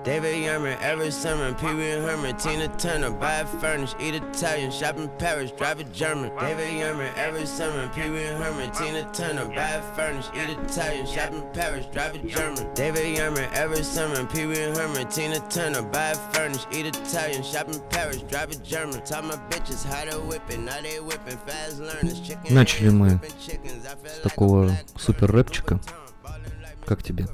David Yerman, Everett Summer, Pee Wee Herman, Tina Turner, buy a furnish, eat Italian, shop in Paris, drive a German. David Yerman, Everett Summer, Pee Wee Herman, Tina Turner, buy a furnish, eat Italian, shop in Paris, drive a German. David Yerman, Everett Summer, Pee Wee Herman, Tina Turner, buy a furnish, eat Italian, shop in Paris, drive a German. Taught my bitches how to whip it, now they whipping fast learners. Начали мы с такого супер рэпчика. Как тебе?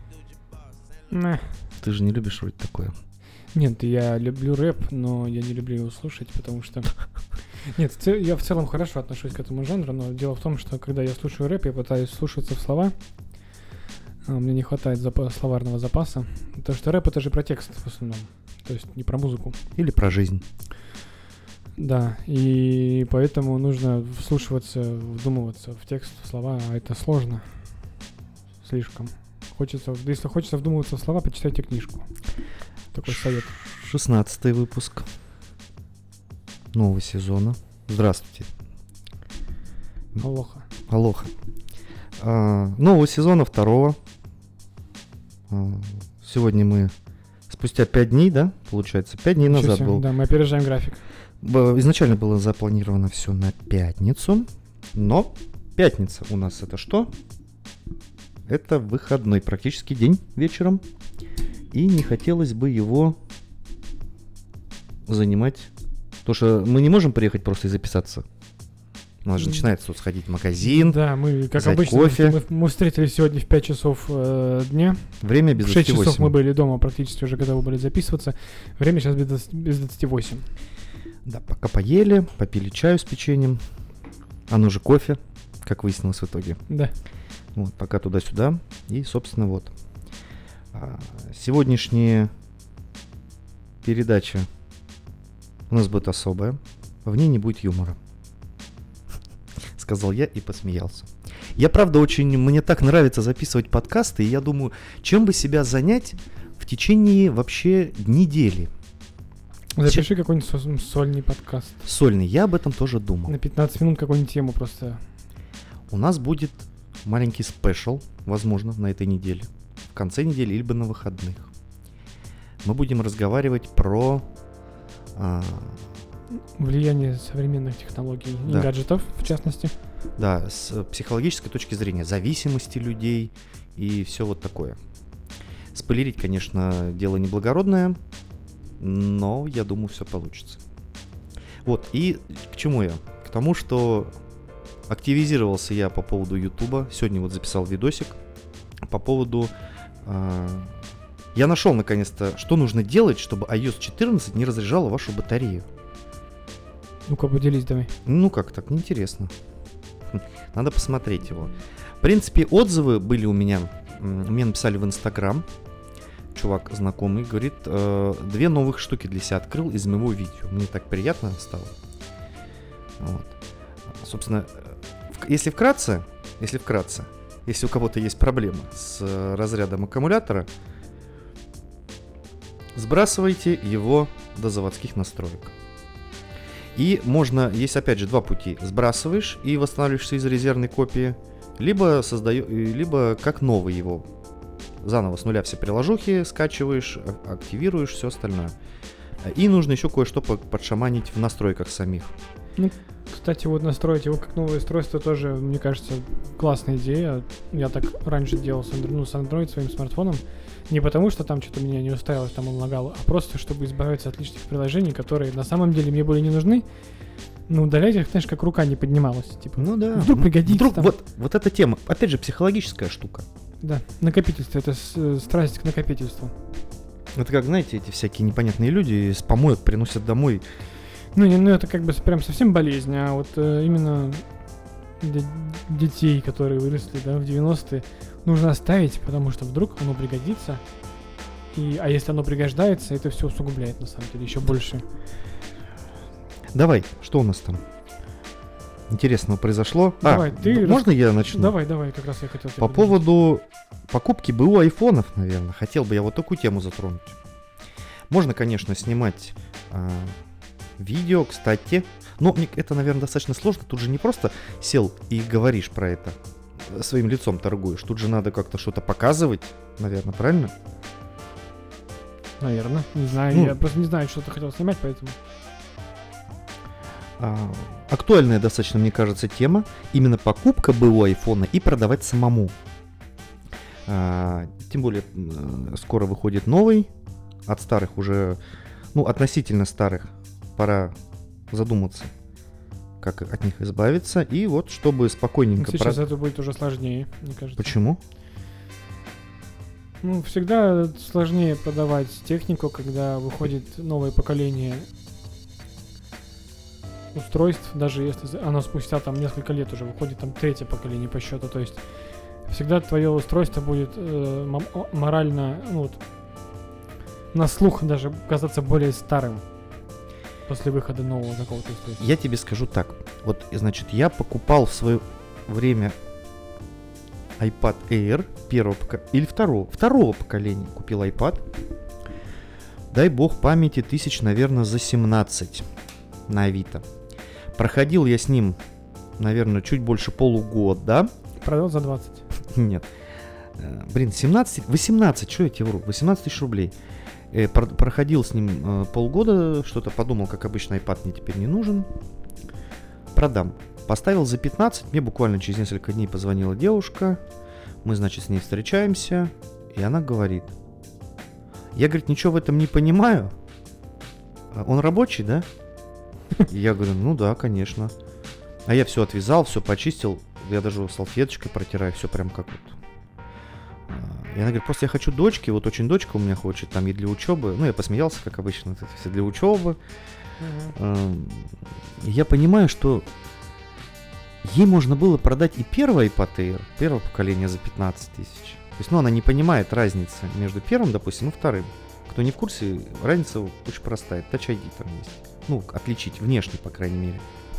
Ты же не любишь вроде такое. Нет, я люблю рэп, но я не люблю его слушать, потому что... Нет, я в целом хорошо отношусь к этому жанру, но дело в том, что когда я слушаю рэп, я пытаюсь слушаться в слова. Мне не хватает словарного запаса. Потому что рэп — это же про текст в основном. То есть не про музыку. Или про жизнь. Да, и поэтому нужно вслушиваться, вдумываться в текст, в слова, а это сложно. Слишком. Если хочется вдумываться в слова, почитайте книжку. Такой совет. 16-й выпуск нового сезона. Здравствуйте. Алоха. Алоха. Нового сезона, второго. Сегодня мы спустя 5 дней, да? Получается, 5 дней назад был. Да, мы опережаем график. Изначально было запланировано все на пятницу, но пятница у нас это что? Это выходной практически день вечером, и не хотелось бы его занимать, потому что мы не можем приехать просто и записаться. У нас же начинается тут сходить в магазин, да, мы, как взять обычно, кофе. Мы встретились сегодня в 5 часов дня. Время без 28. В 6 часов мы были дома, практически уже готовы были записываться. Время сейчас без 28. Да, пока поели, попили чаю с печеньем. Оно же кофе, как выяснилось в итоге. Да. Вот, пока туда-сюда. И, собственно, вот. Сегодняшняя передача у нас будет особая. В ней не будет юмора. Сказал я и посмеялся. Я, правда, мне так нравится записывать подкасты, и я думаю, чем бы себя занять в течение вообще недели. Запиши какой-нибудь сольный подкаст. Сольный, я об этом тоже думал. На 15 минут какую-нибудь тему просто. У нас будет маленький спешл, возможно, на этой неделе. В конце недели, либо на выходных. Мы будем разговаривать про... влияние современных технологий и гаджетов, в частности. Да, с психологической точки зрения, зависимости людей и все вот такое. Спойлерить, конечно, дело неблагородное, но я думаю, все получится. Вот, и к чему я? К тому, что активизировался я по поводу Ютуба. Сегодня вот записал видосик по поводу... Я нашел, наконец-то, что нужно делать, чтобы iOS 14 не разряжала вашу батарею. Ну-ка, поделись давай. Ну как так, неинтересно. Надо посмотреть его. В принципе, отзывы были у меня. Мне написали в Инстаграм. Чувак знакомый говорит, 2 новых штуки для себя открыл из моего видео. Мне так приятно стало. Вот. Собственно, если вкратце, если у кого-то есть проблема с разрядом аккумулятора, сбрасывайте его до заводских настроек. И есть опять же 2 пути. Сбрасываешь и восстанавливаешься из резервной копии, либо как новый его. Заново с нуля все приложухи скачиваешь, активируешь, все остальное. И нужно еще кое-что подшаманить в настройках самих. Ну, кстати, вот настроить его как новое устройство тоже, мне кажется, классная идея. Я так раньше делал с Android своим смартфоном. Не потому, что там что-то меня не устраивалось, там он лагал, а просто, чтобы избавиться от лишних приложений, которые на самом деле мне были не нужны. Ну, удалять их, знаешь, как рука не поднималась. Типа, ну да. Вдруг пригодится. Вот эта тема, опять же, психологическая штука. Да, накопительство, это страсть к накопительству. Это как, знаете, эти всякие непонятные люди из помоек приносят домой. Ну, это как бы прям совсем болезнь, а вот именно для детей, которые выросли, да, в 90-е, нужно оставить, потому что вдруг оно пригодится. А если оно пригождается, это все усугубляет, на самом деле, еще больше. Давай, что у нас там интересного произошло? Давай, можно я начну? Давай, как раз я хотел... По поводу покупки БУ айфонов, наверное, хотел бы я вот такую тему затронуть. Можно, конечно, снимать видео, кстати, но это, наверное, достаточно сложно. Тут же не просто сел и говоришь про это, своим лицом торгуешь. Тут же надо как-то что-то показывать, наверное, правильно? Наверное. Не знаю, Ну. я просто не знаю, что ты хотел снимать, поэтому... Актуальная достаточно, мне кажется, тема. Именно покупка БУ айфона и продавать самому. Тем более, скоро выходит новый. От старых уже, ну, относительно старых, пора задуматься, как от них избавиться. И вот, чтобы спокойненько... Сейчас это будет уже сложнее, мне кажется. Почему? Ну, всегда сложнее продавать технику, когда выходит новое поколение устройств, даже если оно спустя там несколько лет уже выходит, там третье поколение по счету. То есть всегда твое устройство будет морально, ну, вот, на слух даже казаться более старым после выхода нового какого-то устройства. Я тебе скажу так. Вот, значит, я покупал в свое время iPad Air или второго поколения. Купил iPad. Дай бог памяти, тысяч, наверное, за 17 на Авито. Проходил я с ним, наверное, чуть больше полугода. Продал за 20. Нет. 18, что я тебе вру? 18 тысяч рублей. Проходил с ним полгода, что-то подумал, как обычно, iPad мне теперь не нужен. Продам. Поставил за 15, мне буквально через несколько дней позвонила девушка. Мы, значит, с ней встречаемся, и она говорит: я, говорит, ничего в этом не понимаю. Он рабочий, да? Я говорю, ну да, конечно. А я все отвязал, все почистил. Я даже салфеточкой протираю, все прям как вот. И она говорит, просто я хочу дочки, вот очень дочка у меня хочет, там и для учебы. Ну, я посмеялся, как обычно, это все для учебы. Я понимаю, что ей можно было продать и первый iPad Air, первого поколения, за 15 тысяч. То есть, ну, она не понимает разницы между первым, допустим, и вторым. Кто не в курсе, разница очень простая. Touch ID там есть. Ну, отличить внешне, по крайней мере.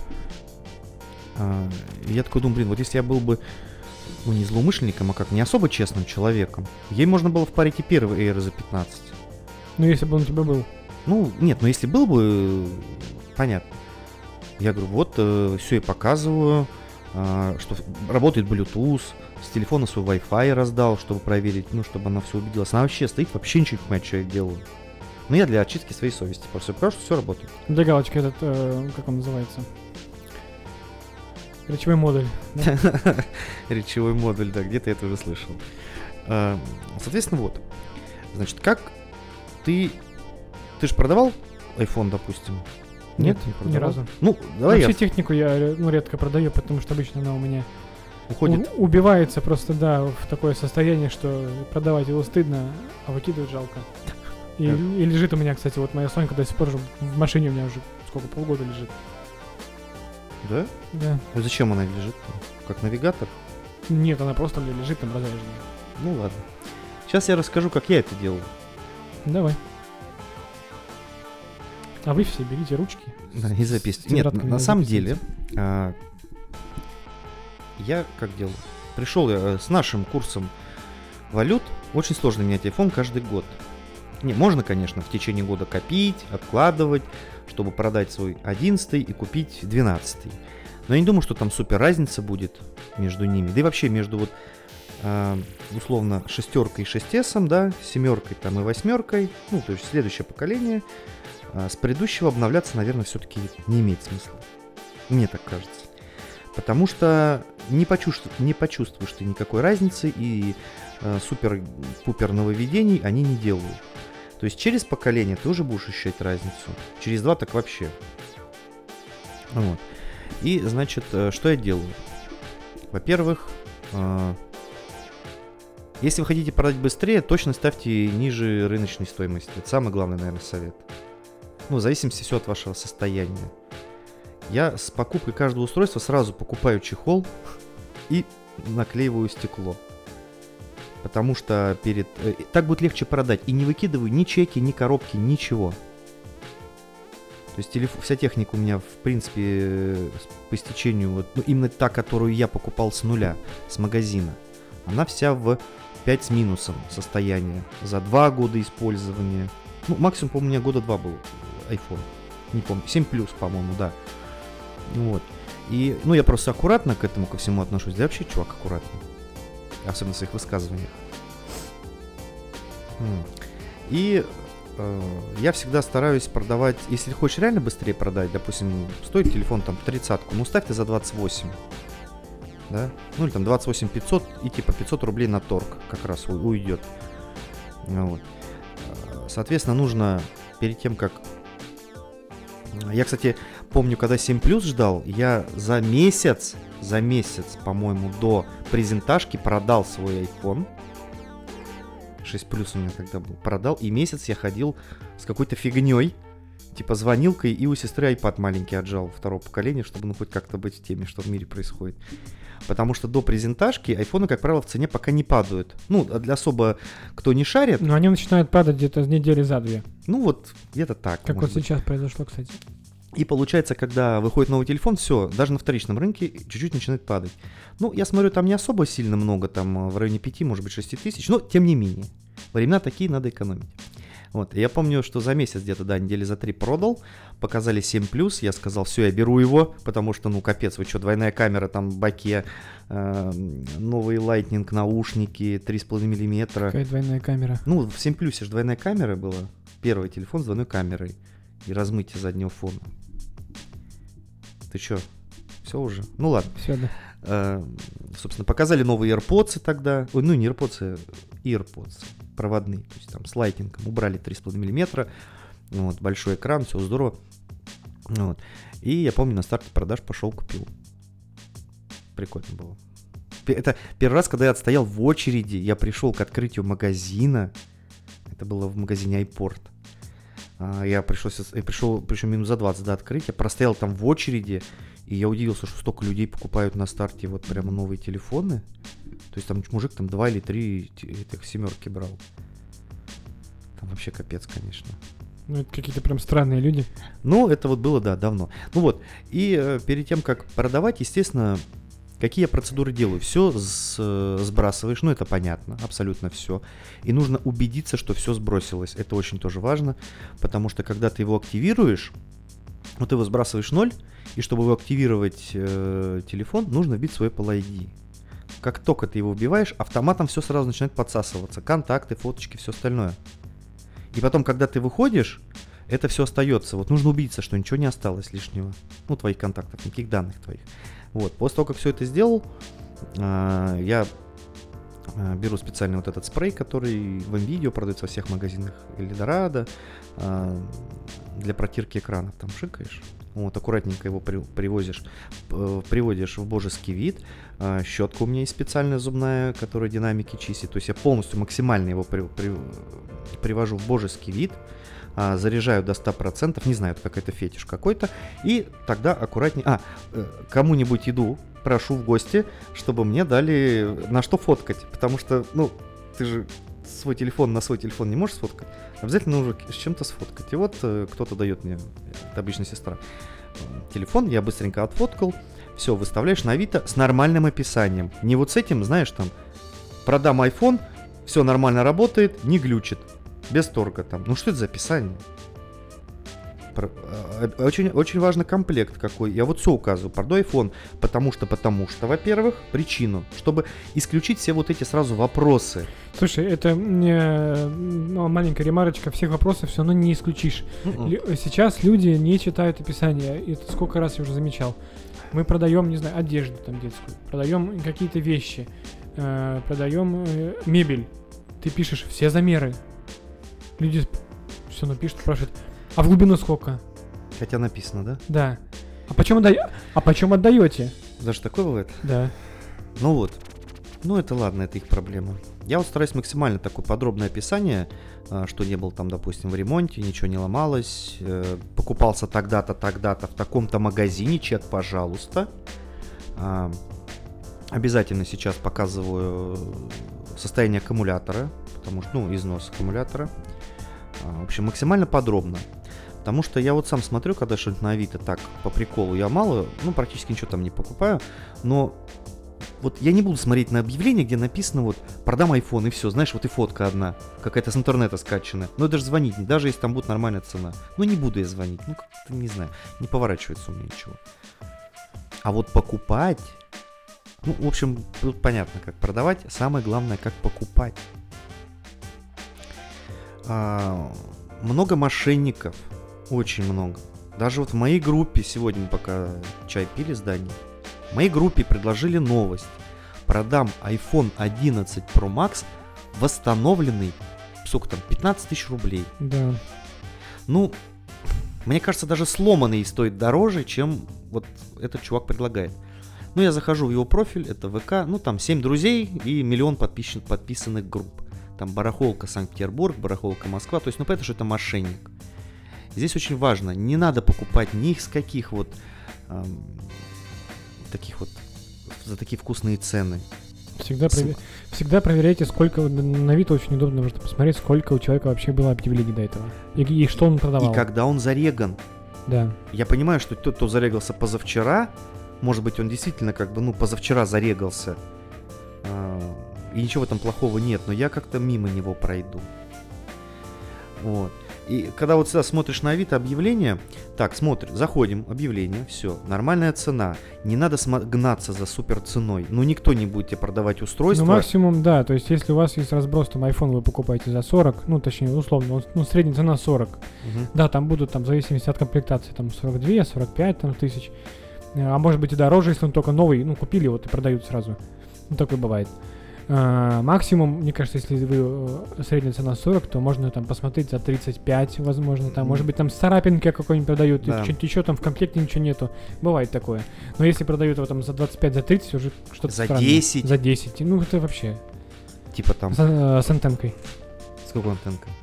Я такой думаю, блин, вот если я был бы, ну, не злоумышленником, а как, не особо честным человеком, ей можно было впарить и первый Air за 15. Ну, если бы он у тебя был. Ну, нет, но если был бы, понятно. Я говорю, вот, все и показываю, что работает Bluetooth, с телефона свой Wi-Fi раздал, чтобы проверить, ну, чтобы она все убедилась. Она вообще стоит, вообще ничего не понимает, что я делаю. Но я для очистки своей совести просто покажу, что все работает. Для галочки этот, как он называется? Речевой модуль. Да? Речевой модуль, да, где-то я это уже слышал. Соответственно, вот. Значит, как ты же продавал iPhone, допустим? Нет, не продавал? Ни разу. Ну, давай вообще я... технику я редко продаю, потому что обычно она у меня Уходит. Убивается просто, да, в такое состояние, что продавать его стыдно, а выкидывать жалко. И лежит у меня, кстати, вот моя Сонька до сих пор в машине у меня уже сколько, полгода лежит. Да? Да. А зачем она лежит? Как навигатор? Нет, она просто лежит там разряженная. Ну ладно. Сейчас я расскажу, как я это делаю. Давай. А вы все берите ручки. Да, и записывайте. Нет, на самом деле, я как делаю? Пришел я с нашим курсом валют. Очень сложно менять iPhone каждый год. Не, можно, конечно, в течение года копить, откладывать, чтобы продать свой 11 и купить 12. Но я не думаю, что там супер разница будет между ними. Да и вообще между вот условно 6 и 6S, да, 7 там и 8, ну, то есть следующее поколение, с предыдущего обновляться, наверное, все-таки не имеет смысла. Мне так кажется. Потому что не почувствуешь ты никакой разницы, и супер-пупер нововведений они не делают. То есть через поколение ты уже будешь ощущать разницу. Через 2 так вообще. Вот. И, значит, что я делаю? Во-первых, если вы хотите продать быстрее, точно ставьте ниже рыночной стоимости. Это самый главный, наверное, совет. Ну, в зависимости все от вашего состояния. Я с покупкой каждого устройства сразу покупаю чехол и наклеиваю стекло. Потому что так будет легче продать. И не выкидываю ни чеки, ни коробки, ничего. То есть вся техника у меня, в принципе, по истечению, вот, ну, именно та, которую я покупал с нуля, с магазина, она вся в 5 с минусом состояние. За 2 года использования. Ну, максимум, по-моему, у меня года 2 был iPhone. Не помню, 7 плюс, по-моему, да. Вот. И, ну, я просто аккуратно к этому ко всему отношусь. Да вообще, чувак, аккуратно. Особенно в своих высказываниях. И я всегда стараюсь продавать, если хочешь реально быстрее продать, допустим, стоит телефон там 30-ку, ну ставь ты за 28, да, ну или там 28 500 и типа 500 рублей на торг как раз уйдет. Вот. Соответственно, нужно перед тем, как... Я, кстати, помню, когда 7 Plus ждал, я за месяц, по-моему, до презентажки продал свой iPhone. 6 Plus у меня тогда был. Продал, и месяц я ходил с какой-то фигней, типа звонилкой, и у сестры iPad маленький отжал второго поколения, чтобы ну хоть как-то быть в теме, что в мире происходит. Потому что до презентажки айфоны, как правило, в цене пока не падают. Ну, для особо кто не шарит. Но они начинают падать где-то с недели за 2. Ну вот, где-то так. Как вот сейчас произошло, кстати. И получается, когда выходит новый телефон, все, даже на вторичном рынке чуть-чуть начинает падать. Ну, я смотрю, там не особо сильно много, там в районе 5, может быть, 6 тысяч, но тем не менее. Времена такие, надо экономить. Вот, я помню, что за месяц где-то, да, недели за 3 продал, показали 7 Plus, я сказал, все, я беру его, потому что, ну, капец, вы что, двойная камера, там, в боке, новый Lightning, наушники, 3,5 миллиметра. Какая двойная камера? Ну, в 7 Plus же двойная камера была, первый телефон с двойной камерой и размытие заднего фона. Ты что, все уже? Ну, ладно. Все, да. Собственно, показали новые AirPods тогда, ой, ну, не AirPods, AirPods. Проводные, то есть там с лайтингом, убрали 3,5 мм, вот, большой экран, все здорово, вот. И я помню, на старте продаж пошел, купил. Прикольно было. Это первый раз, когда я отстоял в очереди, я пришел к открытию магазина, это было в магазине iPort, я пришел, причем минут за 20 до открытия, простоял там в очереди, и я удивился, что столько людей покупают на старте вот прямо новые телефоны. То есть там мужик там 2 или 3 этих семерки брал. Там вообще капец, конечно. Ну, это какие-то прям странные люди. Ну, это вот было, да, давно. Ну вот, и перед тем, как продавать, естественно, какие я процедуры делаю? Все сбрасываешь, ну, это понятно, абсолютно все. И нужно убедиться, что все сбросилось. Это очень тоже важно, потому что когда ты его активируешь, вот ты его сбрасываешь 0, и чтобы его активировать телефон, нужно вбить свой Apple ID. Как только ты его вбиваешь, автоматом все сразу начинает подсасываться. Контакты, фоточки, все остальное. И потом, когда ты выходишь, это все остается. Вот нужно убедиться, что ничего не осталось лишнего. Ну, твоих контактов, никаких данных твоих. Вот. После того, как все это сделал, я беру специальный вот этот спрей, который в МВидео продается во всех магазинах Эльдорадо, для протирки экранов. Там шикаешь. Вот, аккуратненько его приводишь в божеский вид. Щетка у меня есть специальная зубная, которая динамики чистит. То есть я полностью максимально его привожу в божеский вид, заряжаю до 100%, не знаю, это какой-то фетиш какой-то, и тогда аккуратнее... кому-нибудь иду, прошу в гости, чтобы мне дали на что фоткать, потому что, ну, ты же свой телефон на свой телефон не можешь сфоткать, обязательно нужно с чем-то сфоткать. И вот кто-то дает мне, это обычно сестра, телефон, я быстренько отфоткал, все, выставляешь на Авито с нормальным описанием. Не вот с этим, знаешь, там, продам iPhone, все нормально работает, не глючит, без торга там. Ну что это за описание? Очень, очень важный комплект какой. Я вот все указываю. Продаю iPhone, потому что, во-первых, причину, чтобы исключить все вот эти сразу вопросы. Слушай, это маленькая ремарочка, всех вопросов все равно не исключишь. Сейчас люди не читают описание, и это сколько раз я уже замечал. Мы продаем, не знаю, одежду там детскую, продаем какие-то вещи, продаем мебель. Ты пишешь все замеры. Люди все напишут, спрашивают, а в глубину сколько? Хотя написано, да? Да. А почем отдаете? Даже такое бывает? Да. Ну вот. Ну это ладно, это их проблема. Я вот стараюсь максимально такое подробное описание, что не было там, допустим, в ремонте, ничего не ломалось, покупался тогда-то, тогда-то в таком-то магазине, чек, пожалуйста. Обязательно сейчас показываю состояние аккумулятора, потому что, ну, износ аккумулятора. В общем, максимально подробно. Потому что я вот сам смотрю, когда что-нибудь на Авито так, по приколу, я мало, ну, практически ничего там не покупаю, но вот я не буду смотреть на объявление, где написано вот «продам iPhone» и все, знаешь, вот и фотка одна, какая-то с интернета скачанная. Но даже звонить, даже если там будет нормальная цена. Ну, не буду я звонить, ну, как-то, не знаю, не поворачивается у меня ничего. А вот покупать, ну, в общем, тут понятно, как продавать, самое главное, как покупать. много мошенников, очень много. Даже вот в моей группе сегодня, пока чай пили с Даней, в моей группе предложили новость. Продам iPhone 11 Pro Max восстановленный, сколько там, 15 тысяч рублей. Да. Ну, мне кажется, даже сломанный стоит дороже, чем вот этот чувак предлагает. Ну, я захожу в его профиль, это ВК, ну, там 7 друзей и миллион подписанных групп. Там барахолка Санкт-Петербург, барахолка Москва, то есть, ну, понятно, что это мошенник. Здесь очень важно, не надо покупать ни с каких вот таких вот, за такие вкусные цены. Всегда проверяйте, сколько, на вид очень удобно, можно посмотреть, сколько у человека вообще было объявлений до этого. И что он продавал. И когда он зареган. Да. Я понимаю, что тот, кто зарегался позавчера, может быть, он действительно как бы, ну, позавчера зарегался, и ничего там плохого нет, но я как-то мимо него пройду. Вот. И когда вот сюда смотришь на Авито объявление, так, смотрим, заходим, объявление, все, нормальная цена, не надо гнаться за супер ценой, ну никто не будет тебе продавать устройство. Ну максимум, да, то есть если у вас есть разброс, там iPhone вы покупаете за 40, ну точнее условно, ну средняя цена 40, да, там будут там в зависимости от комплектации там 42, 45 там, тысяч, а может быть и дороже, если он только новый, ну купили вот и продают сразу, ну такое бывает. Максимум, мне кажется, если вы средняя цена 40, то можно там посмотреть за 35, возможно, там, может быть, там царапинки какой-нибудь продают, да. Что-нибудь еще там в комплекте ничего нету. Бывает такое. Но если продают его там за 25, за 30, уже что-то за странное. 10. За 10. Ну, это вообще. Типа там. С антенкой. С какой антенкой?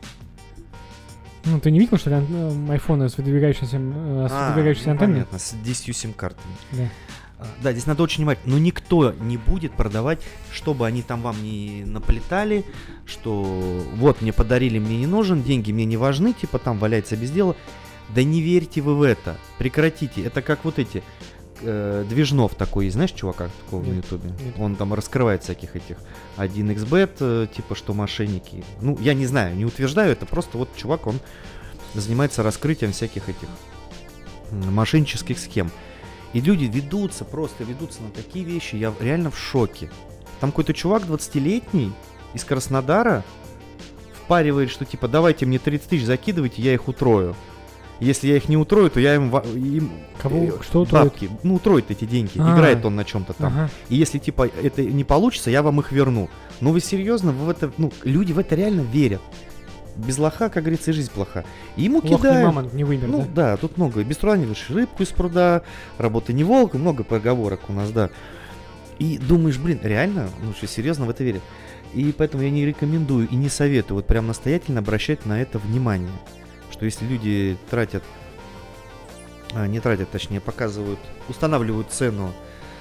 Ну, ты не видел, что ли, айфоны с выдвигающейся антенной? Понятно, с 10 сим-картами. Да. Да, здесь надо очень внимательно. Но никто не будет продавать, чтобы они там вам не наплетали, что вот мне подарили, мне не нужен, деньги мне не важны, типа там валяется без дела. Да не верьте вы в это, прекратите. Это как вот эти Движнов такой есть, знаешь, чувака такого на ютубе? Он там раскрывает всяких этих 1xbet, типа что мошенники. Ну, я не знаю, не утверждаю, это просто вот чувак, он занимается раскрытием всяких этих мошеннических схем. И люди ведутся на такие вещи, я реально в шоке. Там какой-то чувак 20-летний из Краснодара впаривает, что типа давайте мне 30 тысяч закидывайте, я их утрою. Если я их не утрою, то я им Кого? Что утроит? Бабки, ну утроит эти деньги, играет он на чем-то там. И если типа это не получится, я вам их верну. Ну вы серьезно, вы в это, ну люди в это реально верят. Без лоха, как говорится, и жизнь плоха. И ему лох кидают. Не мамонт, не вымер, ну да, тут много. Без труда не лишь рыбку из пруда, работа не волк, много поговорок у нас, да. И думаешь, блин, реально, ну что, серьезно в это верят. И поэтому я не рекомендую и не советую вот прям настоятельно обращать на это внимание. Что если люди показывают, устанавливают цену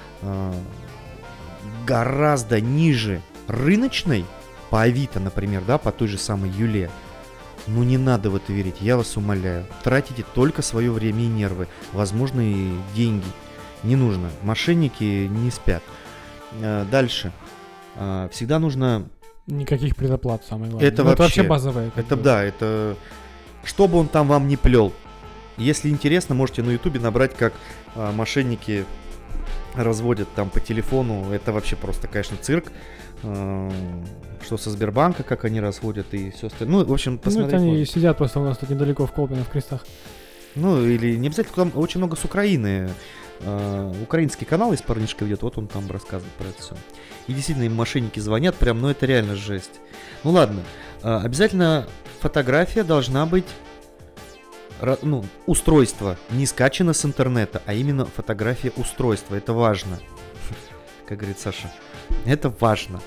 гораздо ниже рыночной, по Авито, например, да, по той же самой Юле, ну не надо в это верить, я вас умоляю. Тратите только свое время и нервы, возможно, и деньги. Не нужно. Мошенники не спят. Дальше. Всегда нужно... Никаких предоплат, самое главное. Это вообще базовое. Это да, это... Что бы он там вам не плел. Если интересно, можете на ютубе набрать, как мошенники разводят там по телефону. Это вообще просто, конечно, цирк. Что со Сбербанка, как они разводят и все остальное. Ну, в общем, посмотреть. Ну, это они сидят просто у нас тут недалеко в Колпино, в Крестах. Ну, или не обязательно, там очень много с Украины. Украинский канал есть, парнишка ведет, вот он там рассказывает про это все. И действительно, им мошенники звонят, прям, ну это реально жесть. Ну ладно, обязательно фотография должна быть, ну, устройство не скачано с интернета, а именно фотография устройства, это важно. Как говорит Саша, это важно.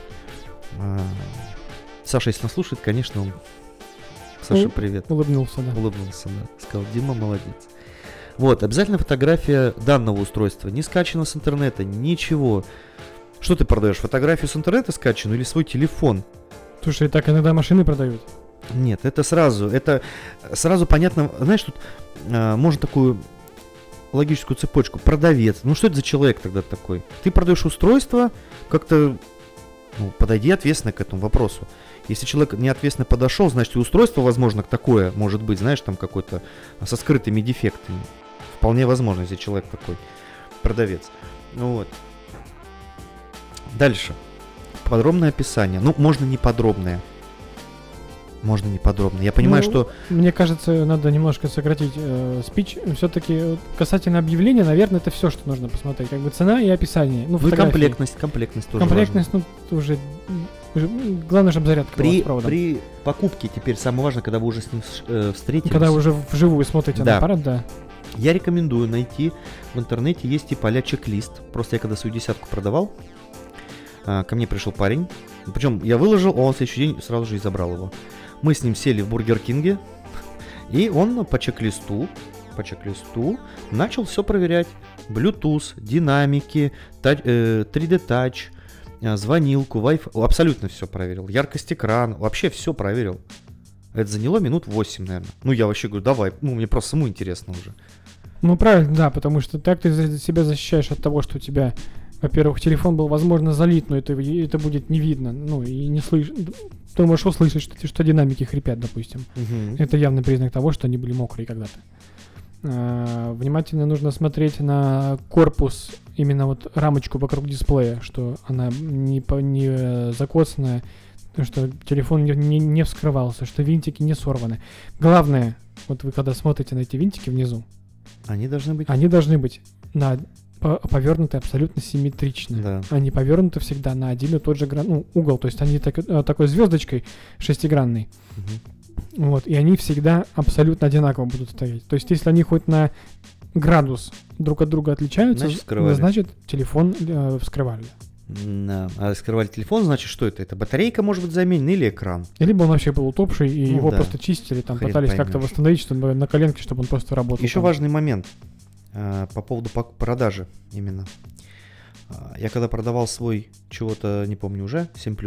Саша, если нас слушает, конечно, он... Саша, привет. Улыбнулся, да. Улыбнулся, да. Сказал, Дима, молодец. Вот, обязательно фотография данного устройства. Не скачано с интернета, ничего. Что ты продаешь? Фотографию с интернета скачанную или свой телефон? Слушай, так иногда машины продают. Нет, это сразу понятно. Знаешь, тут можно такую логическую цепочку. Продавец. Ну что это за человек тогда такой? Ты продаешь устройство, как-то подойди ответственно к этому вопросу. Если человек неответственно подошел, значит и устройство, возможно, такое может быть, знаешь, там какое-то со скрытыми дефектами. Вполне возможно, если человек такой продавец. Ну вот. Дальше. Подробное описание. Ну, можно не подробное. можно не подробно. Я понимаю, что... Мне кажется, надо немножко сократить спич. Все-таки касательно объявления, наверное, это все, что нужно посмотреть. Как бы цена и описание. Ну и комплектность тоже комплектность, важно. Уже главное, чтобы зарядка была с проводом. При покупке теперь самое важное, когда вы уже с ним встретились. Когда вы уже вживую смотрите на аппарат, да. Я рекомендую найти в интернете, есть типа а-ля чек-лист. Просто я когда свою 10-ку продавал, ко мне пришел парень. Причем я выложил, а он в следующий день сразу же и забрал его. Мы с ним сели в Бургер Кинге, и он по чек-листу начал все проверять. Bluetooth, динамики, 3D Touch, звонилку, Wi-Fi. Абсолютно все проверил. Яркость экрана, вообще все проверил. Это заняло минут 8, наверное. Ну, я вообще говорю, давай, мне просто самому интересно уже. Ну, правильно, да, потому что так ты себя защищаешь от того, что у тебя, во-первых, телефон был, возможно, залит, но это будет не видно, и не слышно. Ты можешь услышать, что динамики хрипят, допустим. Это явный признак того, что они были мокрые когда-то. Внимательно нужно смотреть на корпус, именно вот рамочку вокруг дисплея, что она не закоцанная, что телефон не вскрывался, что винтики не сорваны. Главное, вот вы когда смотрите на эти винтики внизу, они должны быть повернуты абсолютно симметрично. Да. Они повернуты всегда на один и тот же угол. То есть они такой звездочкой шестигранной. Угу. Вот, и они всегда абсолютно одинаково будут стоять. То есть если они хоть на градус друг от друга отличаются, значит телефон вскрывали. Да. А скрывали телефон, значит, что это? Это батарейка, может быть, заменена или экран? Либо он вообще был утопший, и его просто чистили, там пытались как-то восстановить, чтобы на коленке, чтобы он просто работал. Еще важный момент по поводу продажи именно. Я когда продавал свой, чего-то, не помню уже,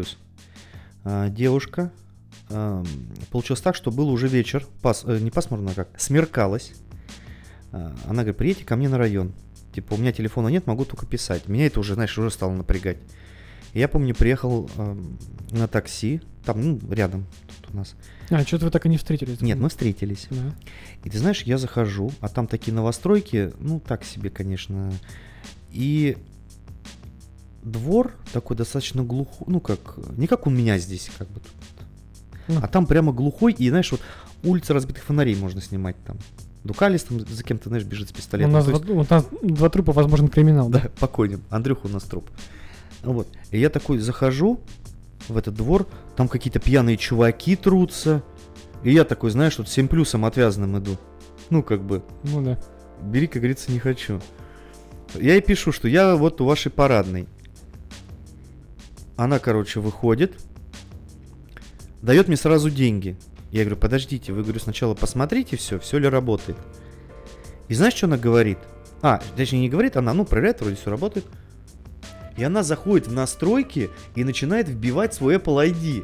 7+, девушка, получилось так, что был уже вечер, не пасмурно, как, смеркалось. Она говорит, приедьте ко мне на район. Типа, у меня телефона нет, могу только писать. Меня это уже, уже стало напрягать. И я помню, приехал на такси, там, рядом тут у нас. Что-то вы так и не встретились? Нет, мы встретились. Да. И ты знаешь, я захожу, а там такие новостройки, так себе, конечно. И двор такой достаточно глухой, не как у меня здесь, как бы тут. А там прямо глухой, и, знаешь, вот улица разбитых фонарей можно снимать там. Дукалис там за кем-то, знаешь, бежит с пистолетом. У нас 2 трупа, возможен криминал. Да, покойным. Андрюха у нас труп. Вот. И я такой захожу в этот двор, там какие-то пьяные чуваки трутся. И я такой, знаешь, тут 7+ отвязанным иду. Да. Бери, как говорится, не хочу. Я ей пишу, что я вот у вашей парадной. Она, выходит, дает мне сразу деньги. Я говорю, подождите, вы, говорю, сначала посмотрите все ли работает. И знаешь, что она говорит? Точнее, не говорит, она, проверяет, вроде все работает. И она заходит в настройки и начинает вбивать свой Apple ID.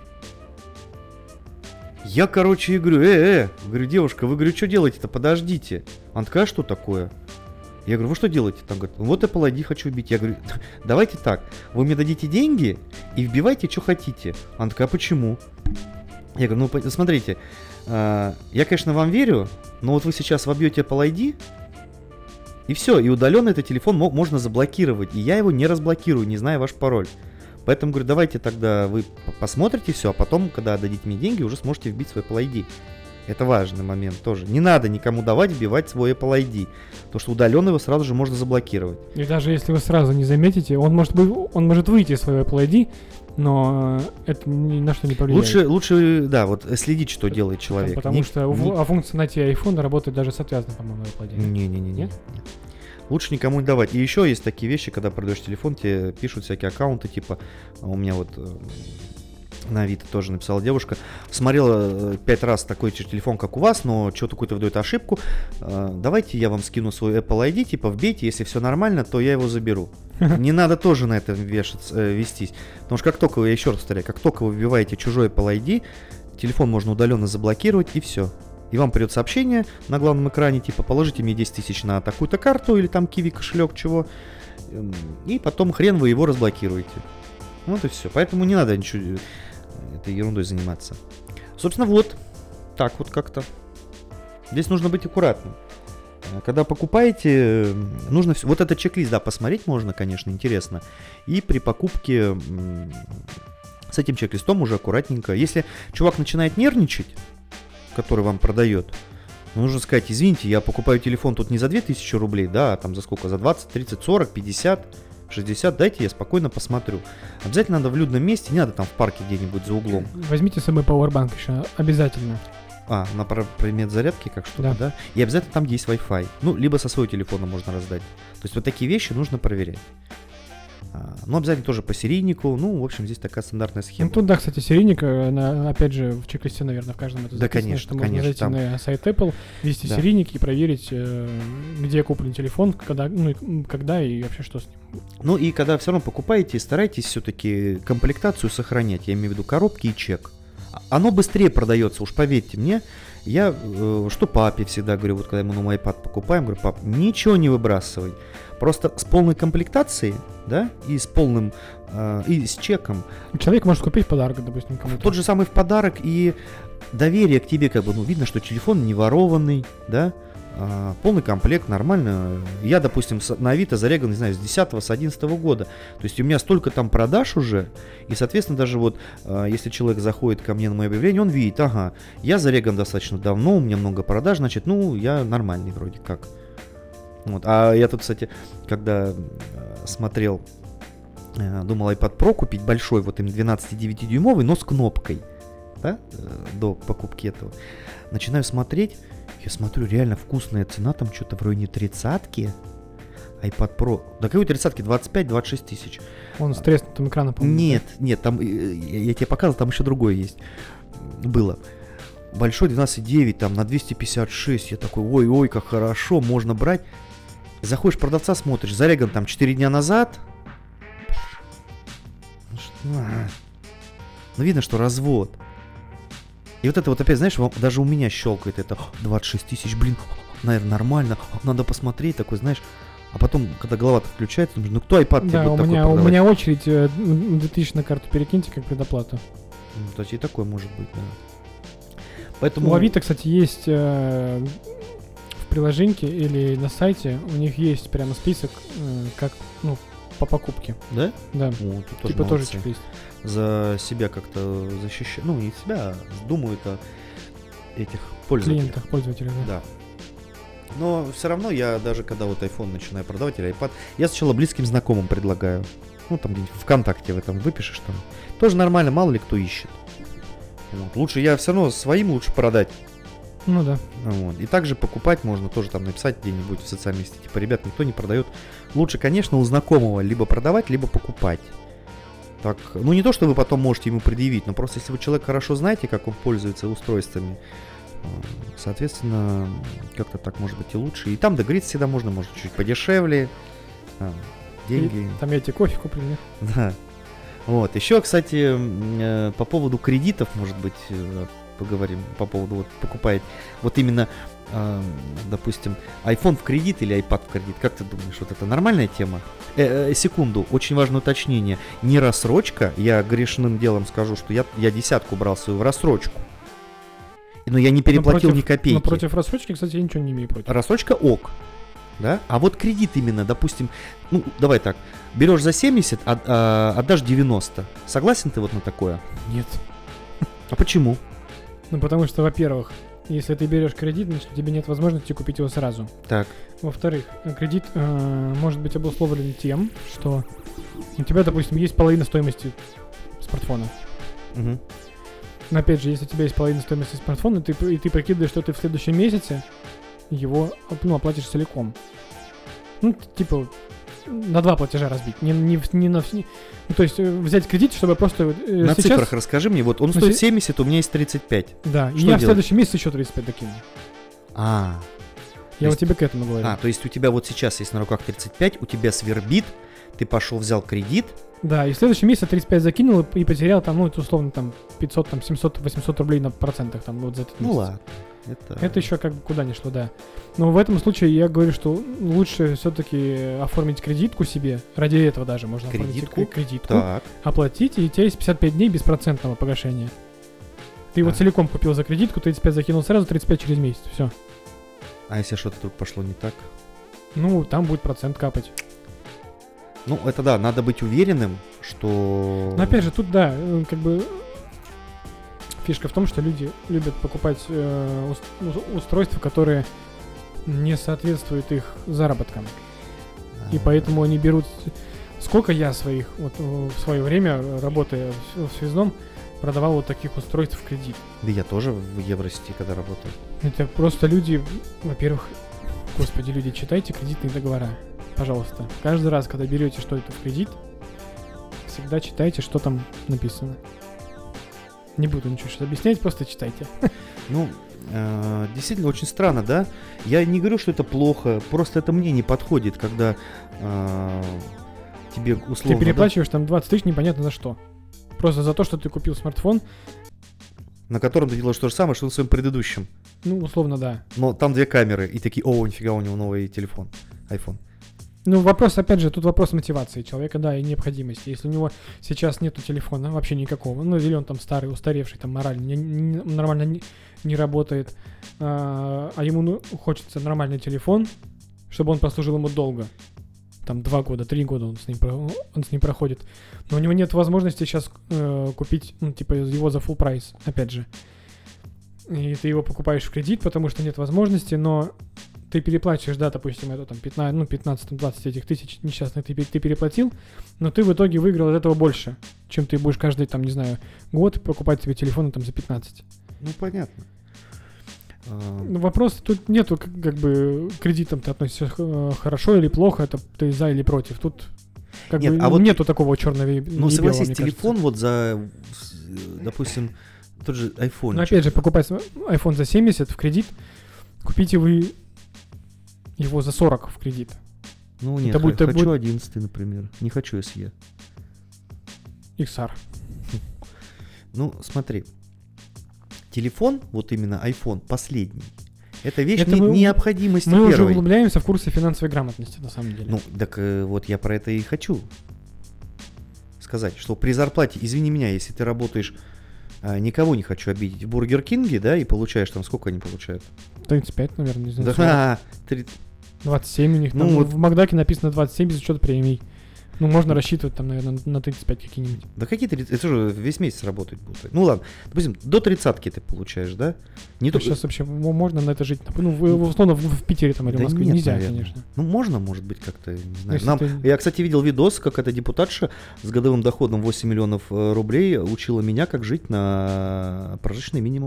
Я, ей говорю, говорю, девушка, вы, говорю, что делаете-то, подождите. Она такая, что такое? Я говорю, вы что делаете? Там говорит, вот Apple ID хочу вбить. Я говорю, давайте так, вы мне дадите деньги и вбивайте, что хотите. Она такая, почему? Я говорю, смотрите, я, конечно, вам верю, но вот вы сейчас вобьете Apple ID, и все, и удаленно этот телефон можно заблокировать, и я его не разблокирую, не зная ваш пароль. Поэтому, говорю, давайте тогда вы посмотрите все, а потом, когда дадите мне деньги, уже сможете вбить свой Apple ID. Это важный момент тоже. Не надо никому давать вбивать свой Apple ID, потому что удаленно его сразу же можно заблокировать. И даже если вы сразу не заметите, он может выйти из своего Apple ID, но это ни на что не повлияет. Лучше, да, вот следить, что делает человек. Потому что функция найти iPhone работает даже с отвязанным, по-моему, Apple ID. Не. Лучше никому не давать. И еще есть такие вещи, когда продаешь телефон, тебе пишут всякие аккаунты, типа, у меня вот на Авито тоже написала девушка, смотрела 5 раз такой телефон, как у вас, но что-то какую-то выдает ошибку, давайте я вам скину свой Apple ID, типа, вбейте, если все нормально, то я его заберу. Не надо тоже на это вестись, потому что как только вы, я еще раз повторяю, как только вы вбиваете чужой Apple ID, телефон можно удаленно заблокировать, и все. И вам придет сообщение на главном экране, типа, положите мне 10 тысяч на такую-то карту, или там Kiwi кошелек, чего, и потом хрен вы его разблокируете. Вот и все. Поэтому не надо ничего этой ерундой заниматься. Собственно, вот так вот как-то. Здесь нужно быть аккуратным. Когда покупаете, нужно все. Вот этот чек-лист, да, посмотреть можно, конечно, интересно. И при покупке С этим чек-листом уже аккуратненько. Если чувак начинает нервничать, который вам продает, нужно сказать: извините, я покупаю телефон тут не за 2000 рублей, да, а там за сколько? За 20, 30, 40, 50, 60, дайте я спокойно посмотрю. Обязательно надо в людном месте, не надо там в парке где-нибудь за углом. Возьмите с собой Powerbank еще, обязательно. На предмет зарядки, как что-то, да? И обязательно там, где есть Wi-Fi. Ну, либо со своего телефона можно раздать. То есть вот такие вещи нужно проверять. Но обязательно тоже по серийнику. Ну, в общем, здесь такая стандартная схема. Ну, тут, да, кстати, серийник, опять же, в чек-листе, наверное, в каждом это записано, конечно, что можно зайти там... на сайт Apple, ввести серийник и проверить, где куплен телефон, когда и вообще что с ним. Ну, и когда все равно покупаете, старайтесь все-таки комплектацию сохранять. Я имею в виду коробки и чек. Оно быстрее продается, уж поверьте мне. Я, что папе всегда говорю, вот когда мы новый iPad покупаем, говорю: пап, ничего не выбрасывай. Просто с полной комплектацией, да, и с полным, и с чеком. Человек может купить подарок, допустим, кому-то. Тот же самый в подарок, и доверие к тебе, как бы, ну, видно, что телефон не ворованный, да, полный комплект, нормально. Я, допустим, на Авито зарегал, не знаю, с 10-го, с 11-го года. То есть у меня столько там продаж уже, и, соответственно, даже вот, если человек заходит ко мне на мое объявление, он видит: ага, я зареган достаточно давно, у меня много продаж, значит, ну, я нормальный вроде как. Вот. А я тут, кстати, когда смотрел, думал iPad Pro купить большой, вот им 12,9-дюймовый, но с кнопкой, да, до покупки этого. Начинаю смотреть, я смотрю, реально вкусная цена, там что-то в районе 30-ки. iPad Pro, да какой 30-ки, 25-26 тысяч. Он с треснутым экраном, по-моему. Нет, там, я тебе показывал, там еще другое есть. Было. Большой 12,9, там на 256, я такой: ой, как хорошо, можно брать. Заходишь, продавца смотришь, зареган там 4 дня назад. Ну, видно, что развод. И вот это вот опять, знаешь, даже у меня щелкает это: 26 тысяч, блин, наверное, нормально, надо посмотреть, такой, знаешь. А потом, когда голова-то включается, думаешь: ну кто iPad тебе будет такой продавать? У меня очередь 2000 на карту перекиньте как предоплату. Ну, то есть и такое может быть, да. Поэтому... У Авито, кстати, есть в приложении или на сайте, у них есть прямо список, как, ну, по покупке. Да? Да. О, тут типа тоже чек-лист. За себя как-то защищают, ну, не себя, думают о этих пользователях. Пользователей, да. Да. Но все равно я даже когда вот iPhone начинаю продавать или iPad, я сначала близким знакомым предлагаю. Ну, там где-нибудь ВКонтакте в этом выпишешь там. Тоже нормально, мало ли кто ищет. Вот. Лучше я все равно своим лучше продать. Ну да. Вот. И также покупать можно тоже там написать где-нибудь в социальной сети. Типа: ребят, никто не продает. Лучше, конечно, у знакомого либо продавать, либо покупать. Так, ну не то, что вы потом можете ему предъявить, но просто если вы человека хорошо знаете, как он пользуется устройствами, соответственно, как-то так может быть и лучше. И там договориться всегда можно, может чуть подешевле. Деньги. Там я тебе кофе куплю, нет? Да. Вот. Еще, кстати, по поводу кредитов, может быть, поговорим. По поводу вот покупает. Вот именно, допустим, iPhone в кредит или iPad в кредит. Как ты думаешь, вот это нормальная тема? Секунду, очень важное уточнение. Не рассрочка. Я грешным делом скажу, что я десятку брал свою в рассрочку. Но я не переплатил ни копейки. Но против рассрочки, кстати, я ничего не имею против. Рассрочка ок. Да? А вот кредит именно, допустим, ну, давай так, берешь за 70, отдашь 90. Согласен ты вот на такое? Нет. А почему? Ну, потому что, во-первых, если ты берешь кредит, значит, у тебя нет возможности купить его сразу. Так. Во-вторых, кредит может быть обусловлен тем, что у тебя, допустим, есть половина стоимости смартфона. Угу. Но опять же, если у тебя есть половина стоимости смартфона, и ты прикидываешь, что ты в следующем месяце его, ну, оплатишь целиком. Ну, типа, на 2 платежа разбить. Не на... Ну, то есть, взять кредит, чтобы просто... На сейчас... цифрах расскажи мне. Вот он стоит 70, у меня есть 35. Да, что и я в следующем месяце еще 35 докину. Я вот тебе к этому говорю. То есть у тебя вот сейчас есть на руках 35, у тебя свербит, ты пошел, взял кредит. Да, и в следующем месяце 35 закинул и потерял там, ну, это условно, там, 500, там, 700, 800 рублей на процентах, там, вот за этот месяц. Ну ладно. Это еще как бы куда ни шло, да. Но в этом случае я говорю, что лучше все-таки оформить кредитку себе. Ради этого даже можно оформить кредитку. Так. Оплатить, и у тебя есть 55 дней беспроцентного погашения. Ты его целиком купил за кредитку, 35 закинул сразу, 35 через месяц, все. А если что-то вдруг пошло не так? Ну, там будет процент капать. Ну, это да, надо быть уверенным, что... Но опять же, тут, да, как бы фишка в том, что люди любят покупать устройства, которые не соответствуют их заработкам. И поэтому они берут... Сколько я своих, вот в свое время, работая в связном, продавал вот таких устройств в кредит. Да я тоже в Евросети, когда работал. Это просто люди, во-первых, господи, люди, читайте кредитные договора, пожалуйста. Каждый раз, когда берете что-то в кредит, всегда читайте, что там написано. Не буду ничего сейчас объяснять, просто читайте. Ну, действительно очень странно, да? Я не говорю, что это плохо, просто это мне не подходит, когда тебе условно... Ты переплачиваешь там 20 тысяч непонятно за что. Просто за то, что ты купил смартфон. На котором ты делаешь то же самое, что на своем предыдущем. Ну, условно, да. Но там 2 камеры, и такие, о, нифига, у него новый телефон, iPhone. Ну, вопрос, опять же, тут вопрос мотивации человека, да, и необходимости. Если у него сейчас нету телефона вообще никакого, ну, или он там старый, устаревший, там морально нормально не работает, а ему хочется нормальный телефон, чтобы он прослужил ему долго. Там 2 года, 3 года он с ним проходит. Но у него нет возможности сейчас купить, ну, типа, его за full прайс, опять же. И ты его покупаешь в кредит, потому что нет возможности, но ты переплачиваешь, да, допустим, это там 15-20 этих тысяч несчастных ты переплатил, но ты в итоге выиграл от этого больше, чем ты будешь каждый, там, не знаю, год покупать себе телефоны там за 15. Ну, понятно. Ну, вопрос, тут нету, как бы, к кредитам ты относишься хорошо или плохо, это ты за или против. Тут как Нет, бы а вот нету такого черного и белого. Ну, согласись, мне телефон кажется. вот за, допустим, тот же iPhone. Но опять же, покупать iPhone за 70 в кредит, купите вы его за 40 в кредит. Ну, нет, хочу 11, например. Не хочу SE. XR. Ну, смотри. Телефон, вот именно iPhone, последний. Это вещь Это мы необходимости Мы уже первой. углубляемся в курсы финансовой грамотности, на самом деле. Ну, так вот я про это и хочу сказать, что при зарплате, извини меня, если ты работаешь, никого не хочу обидеть, в Бургер Кинге, да, и получаешь там, сколько они получают? 35, наверное, не знаю. Да, 27 у них. Ну, Там вот... в Макдаке написано 27 без учета премий. Ну, можно рассчитывать там, наверное, на 35 какие-нибудь. Да какие 30? Это же весь месяц работать будет. Ну ладно, допустим, до 30-ки ты получаешь, да? Не только... Сейчас вообще можно на это жить. Ну, условно, в Питере там или в Да Москве нет, нельзя, наверное. конечно. Ну, можно, может быть, как-то, не знаю. Если Я, кстати, видел видос, как эта депутатша с годовым доходом 8 миллионов рублей учила меня, как жить на прожиточный минимум.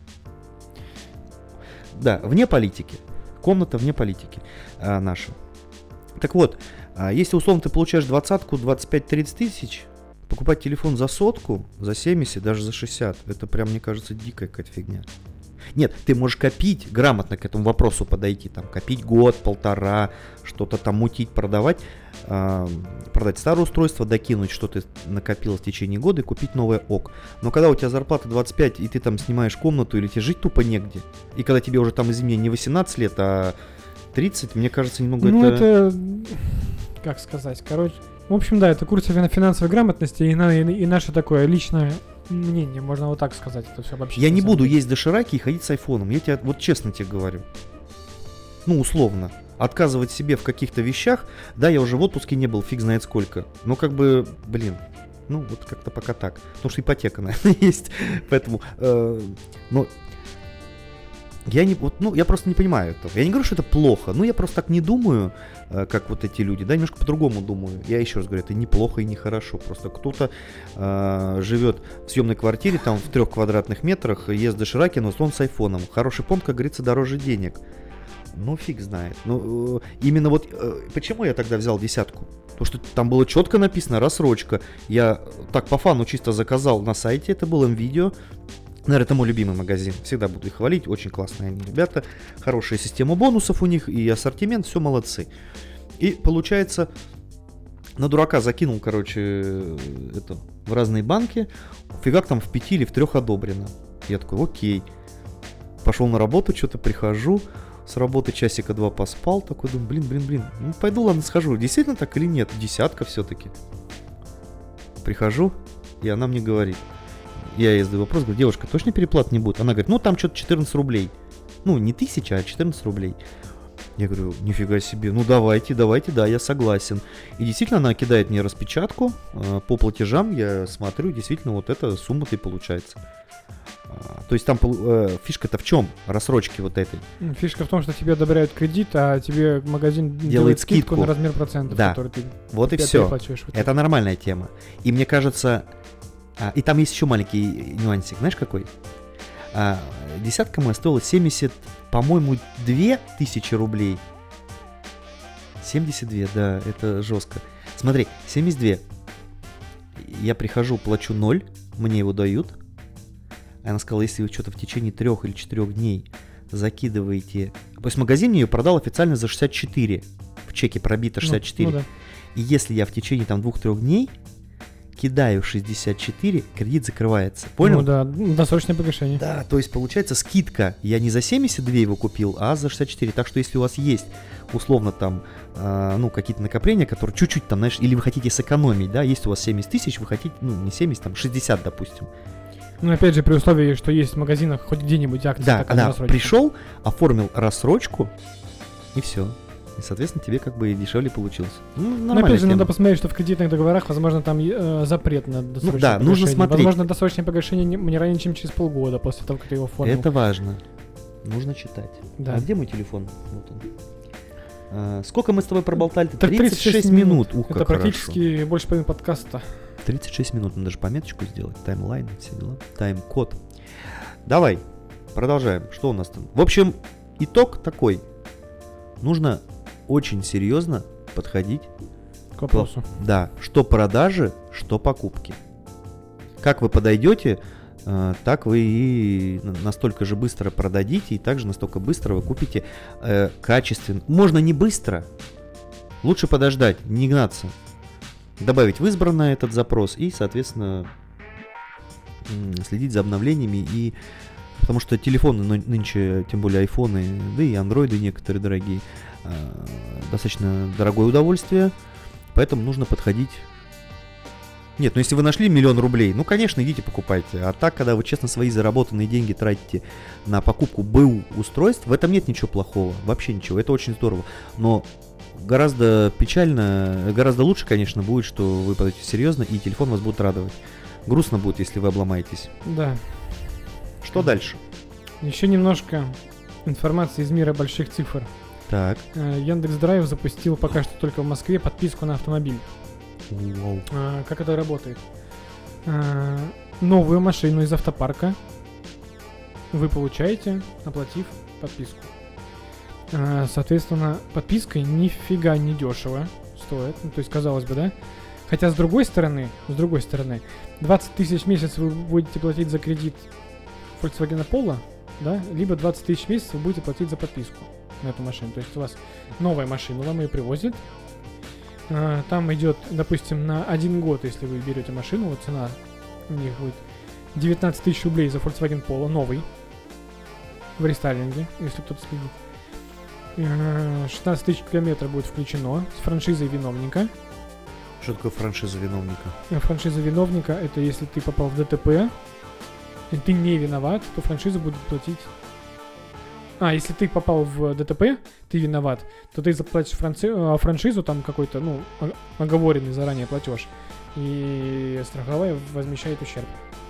Да, вне политики. Комната вне политики наша. Так вот, если условно ты получаешь 20-ку, 25-30 тысяч, покупать телефон за 100, за 70, даже за 60, это прям, мне кажется, дикая какая-то фигня. Нет, ты можешь копить, грамотно к этому вопросу подойти, там, копить год, полтора, что-то там мутить, продавать, продать старое устройство, докинуть, что ты накопил в течение года и купить новое ок. Но когда у тебя зарплата 25, и ты там снимаешь комнату, или тебе жить тупо негде, и когда тебе уже там, извини, не 18 лет, а 30, мне кажется, немного Ну, это... Как сказать? Короче, в общем, да, это курс финансовой грамотности и наше такое личное мнение, можно вот так сказать, это все вообще. Я не буду есть дошираки и ходить с айфоном, я тебе, вот честно тебе говорю. Ну, условно. Отказывать себе в каких-то вещах, да, я уже в отпуске не был, фиг знает сколько. Но как бы, блин, ну, вот как-то пока так. Потому что ипотека, наверное, есть, поэтому, но... Я просто не понимаю этого. Я не говорю, что это плохо, но я просто так не думаю, как вот эти люди, да, немножко по-другому думаю. Я еще раз говорю, это неплохо и нехорошо. Просто кто-то живет в съемной квартире, там в 3 квадратных метрах, ест дошираки, но он с айфоном. Хороший понт, как говорится, дороже денег. Ну, фиг знает. Ну, именно вот, почему я тогда взял 10-ку? Потому что там было четко написано рассрочка. Я так по фану чисто заказал на сайте, это был МВидео. Наверное, это мой любимый магазин. Всегда буду их хвалить. Очень классные они ребята. Хорошая система бонусов у них и ассортимент. Все молодцы. И получается, на дурака закинул, короче, это в разные банки. Фигак там в 5 или в 3 одобрено. Я такой, окей. Пошел на работу, что-то прихожу. С работы часика 2 поспал. Такой думаю, блин. Ну, пойду, ладно, схожу. Действительно так или нет? 10-ка все-таки. Прихожу, и она мне говорит. Я ей задаю вопрос, говорю, девушка, точно переплат не будет? Она говорит, ну там что-то 14 рублей. Ну, не 1000, а 14 рублей. Я говорю, нифига себе, ну давайте, да, я согласен. И действительно она кидает мне распечатку по платежам, я смотрю, действительно вот эта сумма-то и получается. То есть там фишка-то в чем? Рассрочки вот этой. Фишка в том, что тебе одобряют кредит, а тебе магазин делает скидку на размер процентов, да. который ты вот и все. Вот это нормальная тема. И мне кажется, и там есть еще маленький нюансик, знаешь какой? Десятка моя стоила 70, по-моему, 2000 рублей. 72, да, это жестко. Смотри, 72. Я прихожу, плачу 0, мне его дают. Она сказала, если вы что-то в течение 3 или 4 дней закидываете... То есть магазин мне ее продал официально за 64. В чеке пробито 64. Ну да. И если я в течение там 2-3 дней кидаю 64, кредит закрывается. Понял? Ну да, досрочное погашение. Да, то есть получается скидка. Я не за 72 его купил, а за 64. Так что если у вас есть условно там, какие-то накопления, которые чуть-чуть там, знаешь, или вы хотите сэкономить, да, есть у вас 70 тысяч, вы хотите, не 70, там 60, допустим. Ну, опять же, при условии, что есть в магазинах хоть где-нибудь акция. Да, пришел, оформил рассрочку, и все. И, соответственно, тебе как бы дешевле получилось. Но опять же, надо посмотреть, что в кредитных договорах, возможно, там запрет на досрочное погашение. Нужно смотреть. Возможно, досрочное погашение не ранее, чем через полгода после того, как ты его оформил. Это важно. Нужно читать. Да. А где мой телефон? Вот он. Сколько мы с тобой проболтали? 36 минут. Ух, это как практически хорошо. больше половины подкаста. 36 минут. Надо даже пометочку сделать. Таймлайн, все дела. Тайм-код. Давай, продолжаем. Что у нас там? В общем, итог такой. Нужно очень серьезно подходить к вопросу. Да, что продажи, что покупки. Как вы подойдете, так вы и настолько же быстро продадите, и также настолько быстро вы купите качественно. Можно не быстро, лучше подождать, не гнаться. Добавить в избранное этот запрос и, соответственно, следить за обновлениями. И потому что телефоны нынче, тем более айфоны, да и андроиды некоторые дорогие, достаточно дорогое удовольствие, поэтому нужно подходить. Нет, ну если вы нашли 1 000 000 рублей, ну конечно, идите покупайте. А так, когда вы честно свои заработанные деньги тратите на покупку БУ устройств, в этом нет ничего плохого, вообще ничего, это очень здорово. Но гораздо печально, гораздо лучше, конечно, будет, что вы подойдете серьезно и телефон вас будет радовать. Грустно будет, если вы обломаетесь. Да. Что дальше? Еще немножко информации из мира больших цифр. Так. Яндекс.Драйв запустил пока что только в Москве подписку на автомобиль. Wow. Как это работает? Новую машину из автопарка вы получаете, оплатив подписку. Соответственно, подписка нифига не дешево стоит. Ну, то есть, казалось бы, да? Хотя, с другой стороны, 20 тысяч в месяц вы будете платить за кредит Volkswagen Polo, да? Либо 20 тысяч в месяц вы будете платить за подписку на эту машину. То есть у вас новая машина, вам ее привозят. Там идет, допустим, на 1 год, если вы берете машину, вот цена у них будет 19 тысяч рублей за Volkswagen Polo, новый, в рестайлинге, если кто-то следит. 16 тысяч километров будет включено с франшизой виновника. Что такое франшиза виновника? Франшиза виновника — это если ты попал в ДТП, и ты не виноват, то франшиза будет платить. Если ты попал в ДТП, ты виноват, то ты заплатишь франшизу, там какой-то, оговоренный заранее платеж, и страховая возмещает ущерб.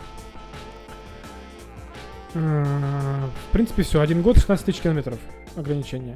В принципе, все. 1 год, 16 тысяч километров ограничения.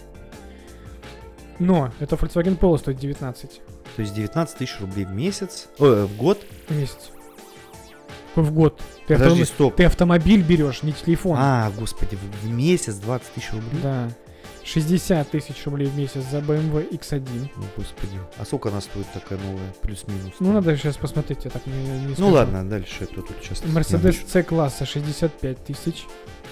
Но это Volkswagen Polo стоит 19. То есть 19 тысяч рублей в месяц, в год? В месяц. В год. Подожди, стоп. Ты автомобиль берешь, не телефон. Господи, в месяц 20 тысяч рублей? Да. 60 тысяч рублей в месяц за BMW X1. Господи. А сколько она стоит такая новая? Плюс-минус. Надо сейчас посмотреть, я так не скажу. Ладно, дальше это тут сейчас. Mercedes C-класса 65 тысяч.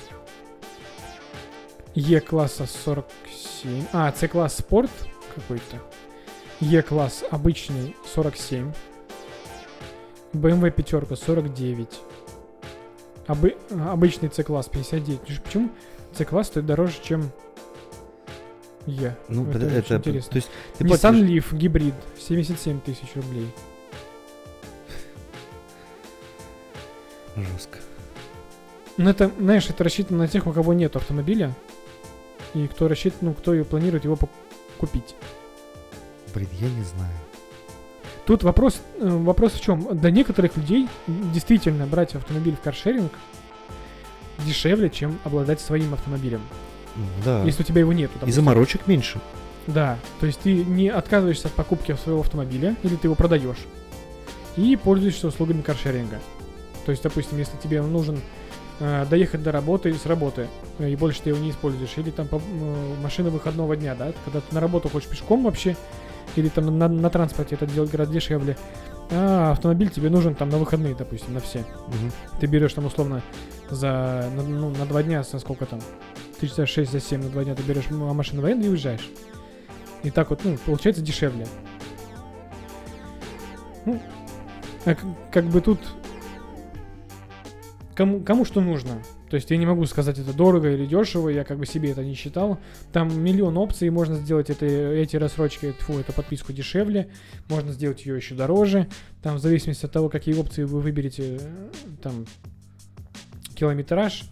E-класса 47. C-класс спорт какой-то. E-класс обычный 47. BMW пятерка 49. Обычный C-класс 59. Почему C-класс стоит дороже, чем E? Это интересно. То есть ты Nissan Leaf гибрид 77 тысяч рублей. Жестко. Это, знаешь, это рассчитано на тех, у кого нет автомобиля. и кто рассчитан, кто планирует его купить. Блин, я не знаю. Тут вопрос в чем? Для некоторых людей действительно брать автомобиль в каршеринг дешевле, чем обладать своим автомобилем. Да. Если у тебя его нету. И заморочек меньше. Да, то есть ты не отказываешься от покупки своего автомобиля, или ты его продаешь, и пользуешься услугами каршеринга. То есть, допустим, если тебе нужен доехать до работы или с работы, и больше ты его не используешь, или там машина выходного дня, да, когда ты на работу хочешь пешком вообще, или там на транспорте это делать гораздо дешевле, а автомобиль тебе нужен там на выходные, допустим, на все. Ты берешь там условно на 2 дня, со сколько там, 36 за 7 на 2 дня ты берешь машину военную и уезжаешь. И так вот, получается дешевле. Как бы тут кому что нужно. То есть я не могу сказать, это дорого или дешево, я как бы себе это не считал. Там миллион опций, можно сделать эти рассрочки, эту подписку дешевле, можно сделать ее еще дороже. Там в зависимости от того, какие опции вы выберете, там километраж,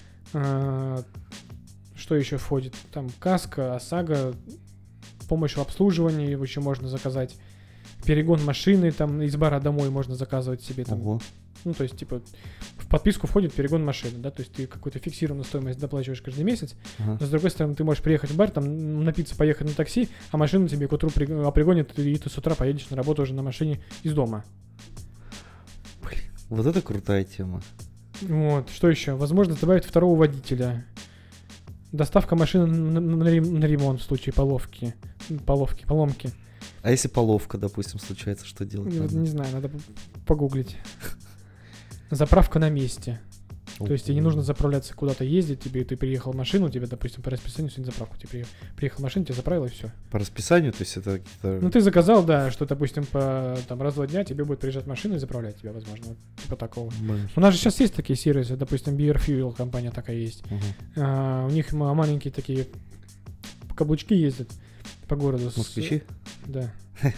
что еще входит, там каска, ОСАГО, помощь в обслуживании еще можно заказать, перегон машины, там из бара домой можно заказывать себе там. Ого. То есть, типа, в подписку входит перегон машины, да, то есть ты какую-то фиксированную стоимость доплачиваешь каждый месяц, но с другой стороны ты можешь приехать в бар, там напиться, поехать на такси, а машину тебе к утру пригонят, и ты с утра поедешь на работу уже на машине из дома. Блин, вот это крутая тема. Вот, что еще? Возможно добавить второго водителя. Доставка машины на ремонт в случае поломки. А если половка, допустим, случается, что делать? Не знаю, надо погуглить. Заправка на месте. То есть тебе не нужно заправляться куда-то ездить, ты приехал в машину, тебе, допустим, по расписанию сегодня заправку. Ты приехал в машину, тебе заправил и все. По расписанию, то есть это какие-то... ты заказал, да, что, допустим, по раз в 2 дня тебе будет приезжать машина и заправлять тебя, возможно, вот, типа такого. У нас же сейчас есть такие сервисы, допустим, Beer Fuel компания такая есть. У них маленькие такие каблучки ездят по городу. Москвичи? Да.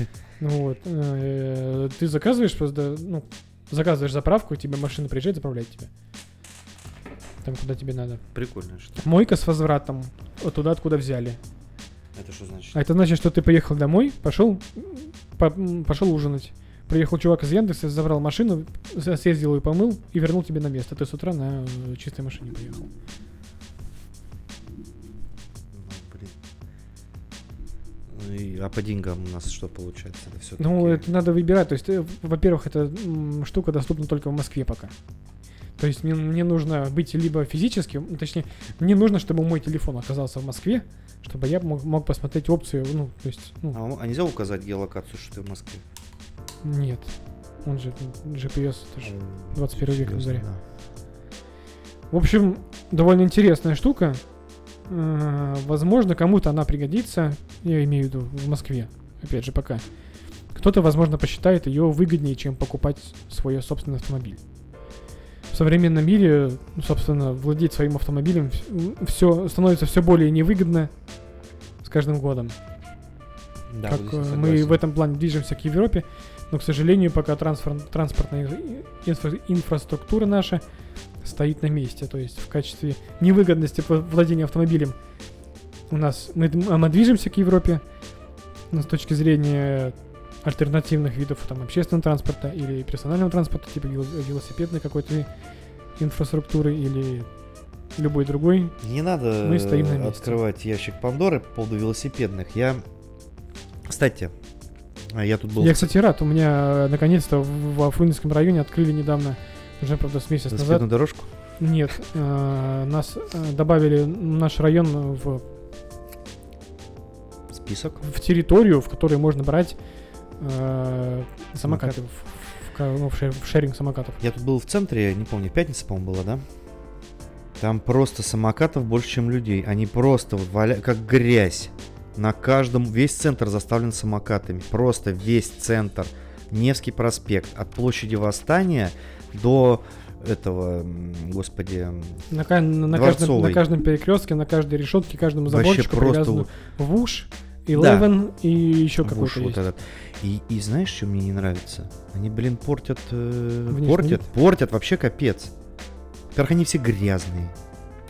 Ты заказываешь просто, заказываешь заправку, и тебе машина приезжает, заправляет тебя. Там, куда тебе надо. Прикольно, что. Мойка с возвратом туда, откуда взяли. Это что значит? А это значит, что ты приехал домой, пошел ужинать. Приехал чувак из Яндекса, забрал машину, съездил и помыл, и вернул тебе на место. Ты с утра на чистой машине поехал. А по деньгам у нас что получается? Это все это надо выбирать. То есть, во-первых, эта штука доступна только в Москве пока. То есть мне нужно быть либо физически, точнее, мне нужно, чтобы мой телефон оказался в Москве, чтобы я мог посмотреть опцию, то есть... А нельзя указать геолокацию, что ты в Москве? Нет. Он же GPS, это же 21 век на заре. Да. В общем, довольно интересная штука. Возможно, кому-то она пригодится, я имею в виду в Москве, опять же, пока. Кто-то, возможно, посчитает ее выгоднее, чем покупать свой собственный автомобиль. В современном мире, собственно, владеть своим автомобилем все становится все более невыгодно с каждым годом. Да, как мы в этом плане движемся к Европе, но, к сожалению, пока транспортная инфраструктура наша стоит на месте. То есть в качестве невыгодности владения автомобилем у нас мы движемся к Европе, но с точки зрения альтернативных видов там, общественного транспорта или персонального транспорта, типа велосипедной какой-то инфраструктуры или любой другой. Не надо мы стоим на месте. Открывать ящик Пандоры по поводу велосипедных. Кстати, я тут был... Я, кстати, рад. У меня наконец-то в Фрунзенском районе открыли недавно, уже, правда, с месяц назад. Велосипедную дорожку? Нет. Нас добавили наш район в список? В территорию, в которой можно брать самокаты. В шеринг самокатов. Я тут был в центре, не помню, пятница, по-моему, была, да? Там просто самокатов больше, чем людей. Они просто как грязь. На каждом, весь центр заставлен самокатами. Просто весь центр. Невский проспект. От площади Восстания до этого, господи, на каждом перекрестке, на каждой решетке, каждому заборчику привязан ВУШ, Eleven, да. И еще какой-то есть. Вот и знаешь, что мне не нравится? Они, портят вообще капец. Во-первых, они все грязные.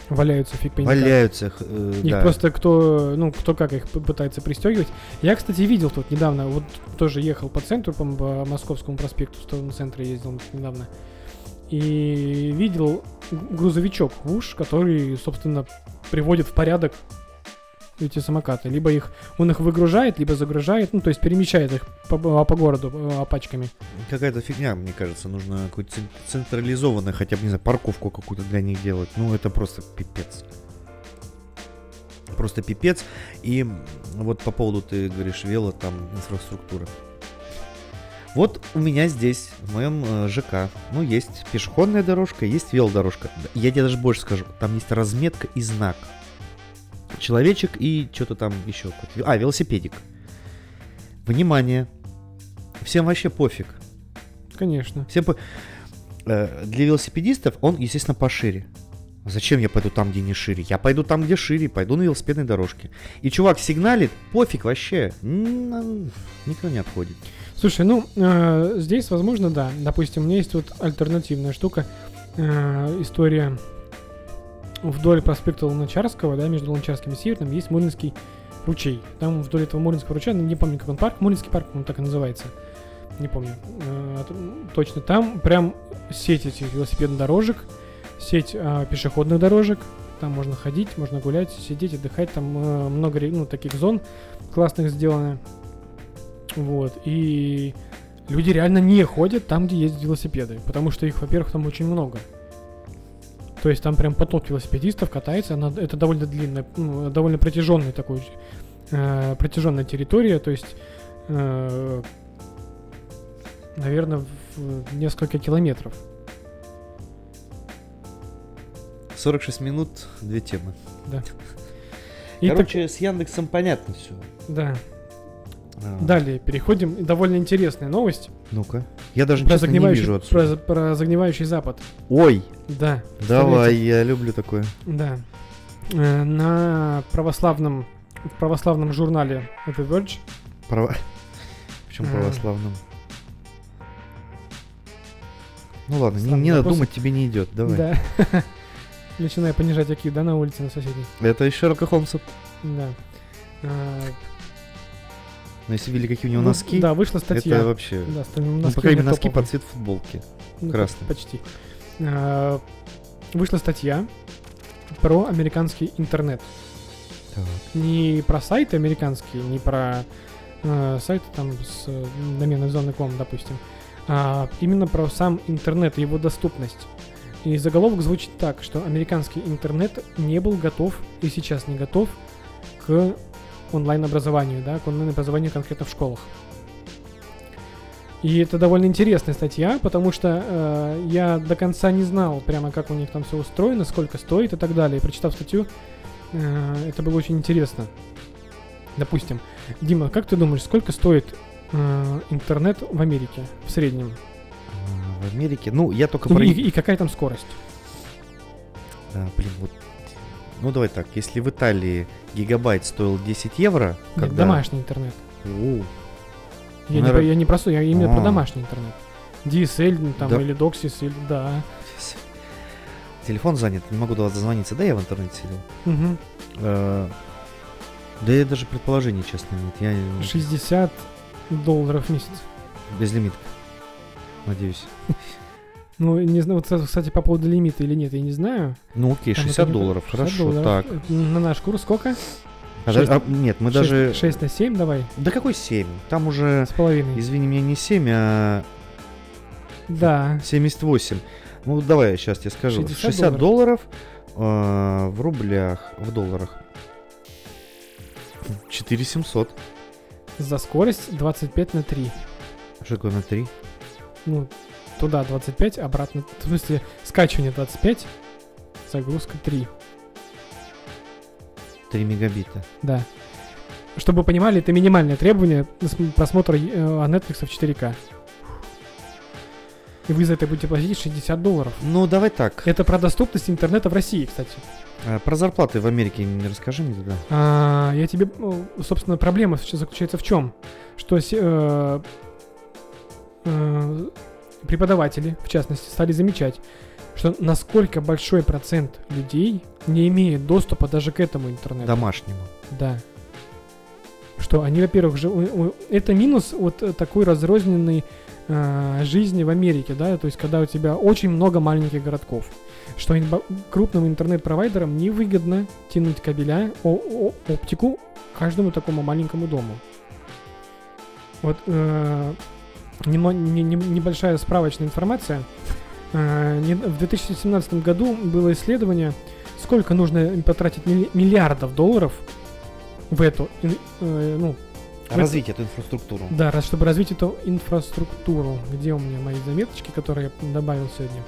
валяются, фиг пойми как. Валяются, Их да. просто кто как их пытается пристегивать. Я, кстати, видел тут недавно, вот тоже ехал по центру, по Московскому проспекту, в сторону центра ездил недавно. И видел грузовичок ВУШ, который, собственно, приводит в порядок эти самокаты. Либо он их выгружает, либо загружает, ну, то есть перемещает их по городу пачками. Какая-то фигня, мне кажется, нужно какую-то централизованную, хотя бы, не знаю, парковку какую-то для них делать. Ну, это просто пипец. Просто пипец. И вот по поводу, ты говоришь, вело, там, инфраструктура. Вот у меня здесь, в моем ЖК, ну, есть пешеходная дорожка, есть велодорожка. Я тебе даже больше скажу, там есть разметка и знак. Человечек и что-то там еще. Велосипедик. Внимание. Всем вообще пофиг. Конечно. Для велосипедистов он, естественно, пошире. Зачем я пойду там, где не шире? Я пойду там, где шире, пойду на велосипедной дорожке. И чувак сигналит, пофиг вообще. Никто не отходит. Слушай, здесь, возможно, да. Допустим, у меня есть вот альтернативная штука. История вдоль проспекта Луначарского, да, между Луначарским и Северным, есть Муринский ручей. Там вдоль этого Муринского ручья, не помню, как он парк, Муринский парк, он так и называется. Не помню точно. Там прям сеть этих велосипедных дорожек, сеть пешеходных дорожек. Там можно ходить, можно гулять, сидеть, отдыхать. Там много таких зон классных сделано. Вот. И люди реально не ходят там, где есть велосипеды. Потому что их, во-первых, там очень много. То есть там прям поток велосипедистов катается. Это довольно длинная, довольно протяженная протяженная территория. То есть, наверное, в несколько километров. 46 минут, 2 темы. Да. Короче, с Яндексом понятно все. Да. Далее переходим. Довольно интересная новость. Ну-ка. Я даже честно не вижу отсюда. Про загнивающий Запад. Ой! Да. Давай, я люблю такое. Да. В православном журнале The Verge. Почему православном? Ну ладно, не надо думать, тебе не идет. Давай. Да. Начинаю понижать IQ, да, на улице, на соседей. Это из Шерлока Холмса. Да. Но если видели, какие у него носки, да, вышла статья. это вообще... Да, по крайней мере, носки под цвет футболки. Красный. Почти. Вышла статья про американский интернет. Так. Не про сайты американские, не про сайты там с доменной зоны.com, допустим, а именно про сам интернет и его доступность. И заголовок звучит так, что американский интернет не был готов и сейчас не готов к онлайн-образованию, да, к онлайн-образованию конкретно в школах. И это довольно интересная статья, потому что я до конца не знал прямо, как у них там все устроено, сколько стоит и так далее. И прочитав статью, это было очень интересно. Допустим, Дима, как ты думаешь, сколько стоит интернет в Америке в среднем? В Америке? Ну, я только и какая там скорость? Ну, давай так, если в Италии гигабайт стоил 10 евро... Нет, домашний интернет. Я именно про домашний интернет. DSL там, да. Или Doxis, или да. Телефон занят, не могу до вас дозвониться. Да, я в интернете сидел. Угу. Да я даже предположений, честно, нет. $60 в месяц. Безлимитка. Надеюсь. Ну, не знаю, вот, кстати, по поводу лимита или нет, я не знаю. Ну, окей, $60, хорошо, $60. так. На наш курс сколько? Нет, мы 6, даже... 6 на 7 давай. Да какой 7? Там уже, с половиной. Извини меня, не 7, а... Да. 78. Ну, давай, сейчас тебе скажу. $60 в рублях, в долларах. 4700. За скорость 25 на 3. Что такое на 3? Ну, туда 25, обратно... В смысле, скачивание 25, загрузка 3. 3 мегабита. Да. Чтобы вы понимали, это минимальное требование просмотра Netflix в 4К. И вы за это будете платить $60. Ну, давай так. Это про доступность интернета в России, кстати. Про зарплаты в Америке не расскажи мне тогда. Я тебе... Собственно, проблема заключается в чем? Что преподаватели, в частности, стали замечать, что насколько большой процент людей не имеет доступа даже к этому интернету. Домашнему. Да. Что они, во-первых, это минус вот такой разрозненной жизни в Америке, да, то есть когда у тебя очень много маленьких городков, что крупным интернет-провайдерам невыгодно тянуть кабеля, оптику каждому такому маленькому дому. Вот небольшая справочная информация. В 2017 году было исследование, сколько нужно потратить миллиардов долларов в эту, развить эту инфраструктуру. Да, чтобы развить эту инфраструктуру. Где у меня мои заметочки, которые я добавил сегодня?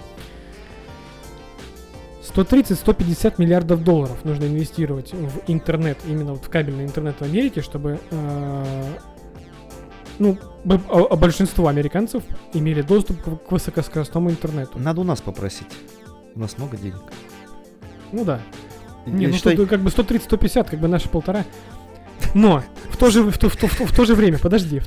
130-150 миллиардов долларов нужно инвестировать в интернет, именно вот в кабельный интернет в Америке, чтобы большинство американцев имели доступ к высокоскоростному интернету. Надо у нас попросить. У нас много денег. Ну да. Как бы 130-150, как бы наши 1,5. Но в то же время, подожди,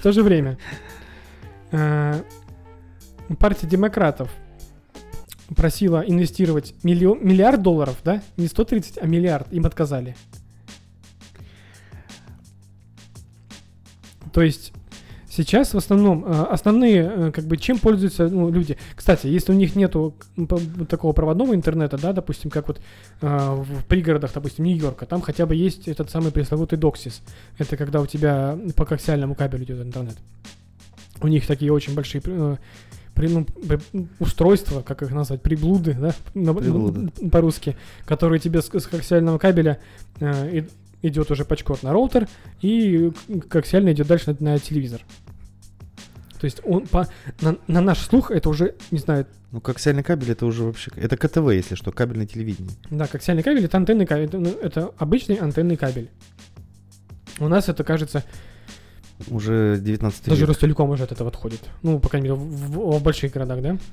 партия демократов просила инвестировать миллиард долларов, да? Не 130, а миллиард. Им отказали. То есть сейчас в основном основные, как бы, чем пользуются люди. Кстати, если у них нету такого проводного интернета, да, допустим, как вот в пригородах, допустим, Нью-Йорка, там хотя бы есть этот самый пресловутый DOCSIS. Это когда у тебя по коаксиальному кабелю идет интернет. У них такие очень большие устройства, как их назвать, приблуды, да, по-русски, которые тебе с коаксиального кабеля идет уже почкот на роутер, и коаксиально идет дальше на телевизор. То есть он на наш слух это уже, не знаю... Ну, коаксиальный кабель это уже вообще... Это КТВ, если что, кабельное телевидение. Да, коаксиальный кабель это антенный кабель, это обычный антенный кабель. У нас это, кажется... Уже 19 век. Даже Ростелеком уже от этого отходит. Ну, по крайней мере, в больших городах, да?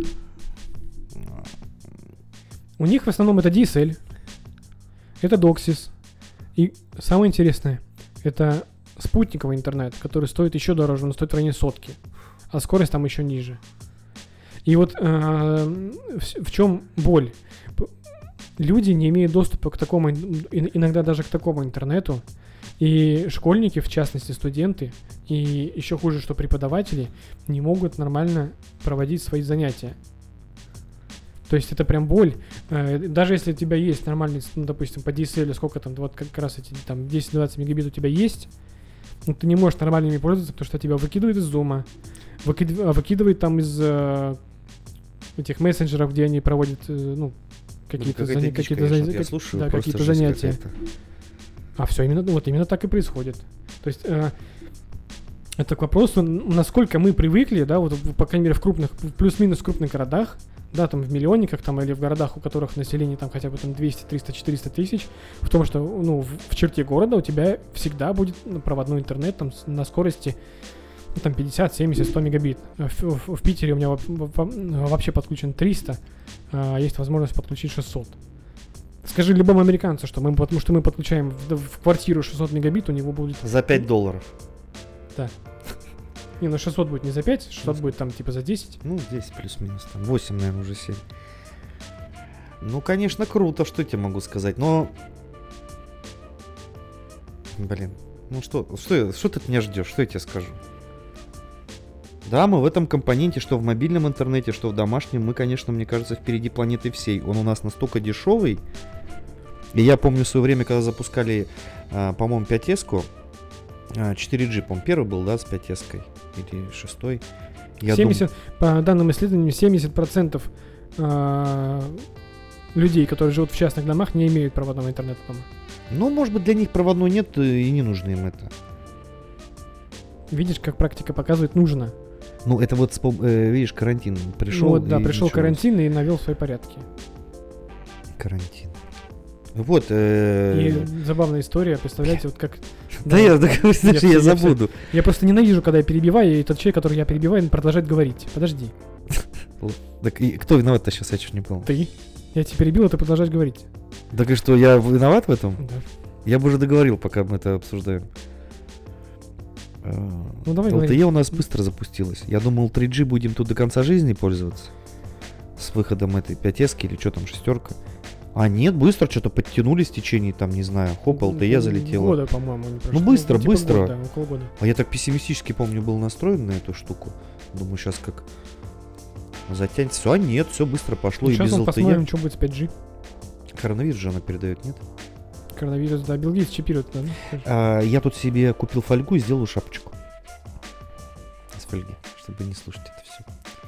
У них в основном это DSL, это DOCSIS. И самое интересное, это спутниковый интернет, который стоит еще дороже, он стоит в районе 100, а скорость там еще ниже. И вот в чем боль? Люди не имеют доступа к такому, иногда даже к такому интернету, и школьники, в частности студенты, и еще хуже, что преподаватели не могут нормально проводить свои занятия. То есть это прям боль. Даже если у тебя есть нормальный, допустим, по DSL, сколько там, вот как раз эти там 10-20 мегабит у тебя есть, но ты не можешь нормально ими пользоваться, потому что тебя выкидывает из Zoom, выкидывает там из этих мессенджеров, где они проводят какие-то занятия. А все именно так и происходит. То есть это к вопросу, насколько мы привыкли, да, вот по крайней мере в крупных, плюс-минус крупных городах, да, там в миллионниках, там, или в городах, у которых население там хотя бы там 200, 300, 400 тысяч, в том, что, в черте города у тебя всегда будет проводной интернет там на скорости там 50, 70, 100 мегабит. В Питере у меня вообще подключен 300, а есть возможность подключить 600. Скажи любому американцу, потому что мы подключаем в квартиру 600 мегабит, у него будет... За $5. Да. 600 будет не за 5, 600 будет там типа за 10. 10 плюс-минус, там 8, наверное, уже 7. Конечно, круто, что я тебе могу сказать, но... Блин, что ты от меня ждешь, что я тебе скажу? Да, мы в этом компоненте, что в мобильном интернете, что в домашнем, мы, конечно, мне кажется, впереди планеты всей. Он у нас настолько дешевый. И я помню в свое время, когда запускали, по-моему, 5S-ку, 4G, по-моему, первый был, да, с 5S-кой, или 6-й. 70, по данным исследованиям, 70% людей, которые живут в частных домах, не имеют проводного интернета дома. Может быть, для них проводной нет, и не нужно им это. Видишь, как практика показывает, нужно. Это вот, видишь, карантин пришел. Пришел карантин и навел свои порядки. Карантин. И забавная история, представляете, вот как... Я забуду. Я просто ненавижу, когда я перебиваю, и тот человек, который я перебиваю, продолжает говорить. Подожди. Так и кто виноват-то сейчас, я чуть не понял? Ты. Я тебя перебил, а ты продолжаешь говорить. Так и что, я виноват в этом? Да. Я бы уже договорил, пока мы это обсуждаем. Давай LTE у нас быстро запустилась. Я думал, 3G будем тут до конца жизни пользоваться. с выходом этой 5S или что там, 6. А нет, быстро что-то подтянулись в течение, там, не знаю, хоп, LTE залетело. Года, по-моему, не прошло. Ну, быстро, типа быстро. года, да, около года. А я так пессимистически, помню, был настроен на эту штуку. Думаю, сейчас как затянется. Все, а нет, все быстро пошло. И Сейчас без мы посмотрим, LTE. что будет с 5G. Коронавирус же она передает, нет? Коронавирус, да, Билл Гейтс чипирует, да? Я тут себе купил фольгу и сделал шапочку. Из фольги, чтобы не слушать это все.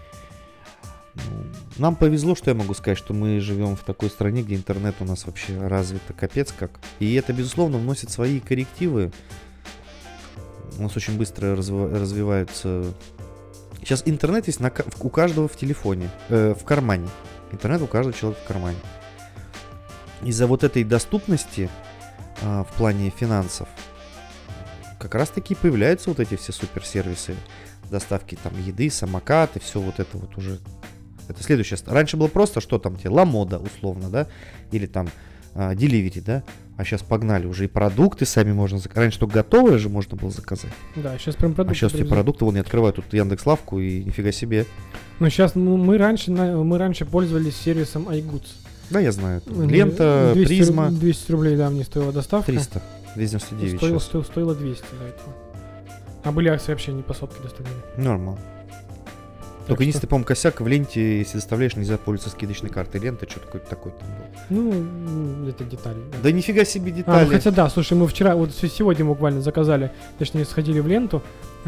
Нам повезло, что я могу сказать, что мы живем в такой стране, где интернет у нас вообще развит капец как. И это, безусловно, вносит свои коррективы. У нас очень быстро развиваются... Сейчас интернет есть у каждого в телефоне, в кармане. Интернет у каждого человека в кармане. Из-за вот этой доступности в плане финансов как раз-таки появляются вот эти все суперсервисы доставки там еды, самокаты, все вот это вот уже. Это следующее. Раньше было просто, что там тебе, Ламода условно, да, или там Delivery, да, а сейчас погнали уже и продукты сами можно заказать. Раньше только готовые же можно было заказать. Да, сейчас прям продукты. А сейчас эти продукты, вон я открываю тут Яндекс.Лавку и нифига себе. Ну сейчас мы раньше пользовались сервисом iGoods. Да, я знаю. Лента, 200 Призма. 200 рублей, да, мне стоила доставка. 300. 299 Стоило 200 до этого. А были акции вообще не по сотке доставляли. Нормально. Только единственный, по-моему, косяк в ленте, если доставляешь, нельзя пользоваться скидочной картой. Лента что-то какой-то такой там был. Ну, это детали. Да нифига себе детали. Ну, хотя да, слушай, мы вчера, вот сегодня буквально заказали, точнее сходили в ленту,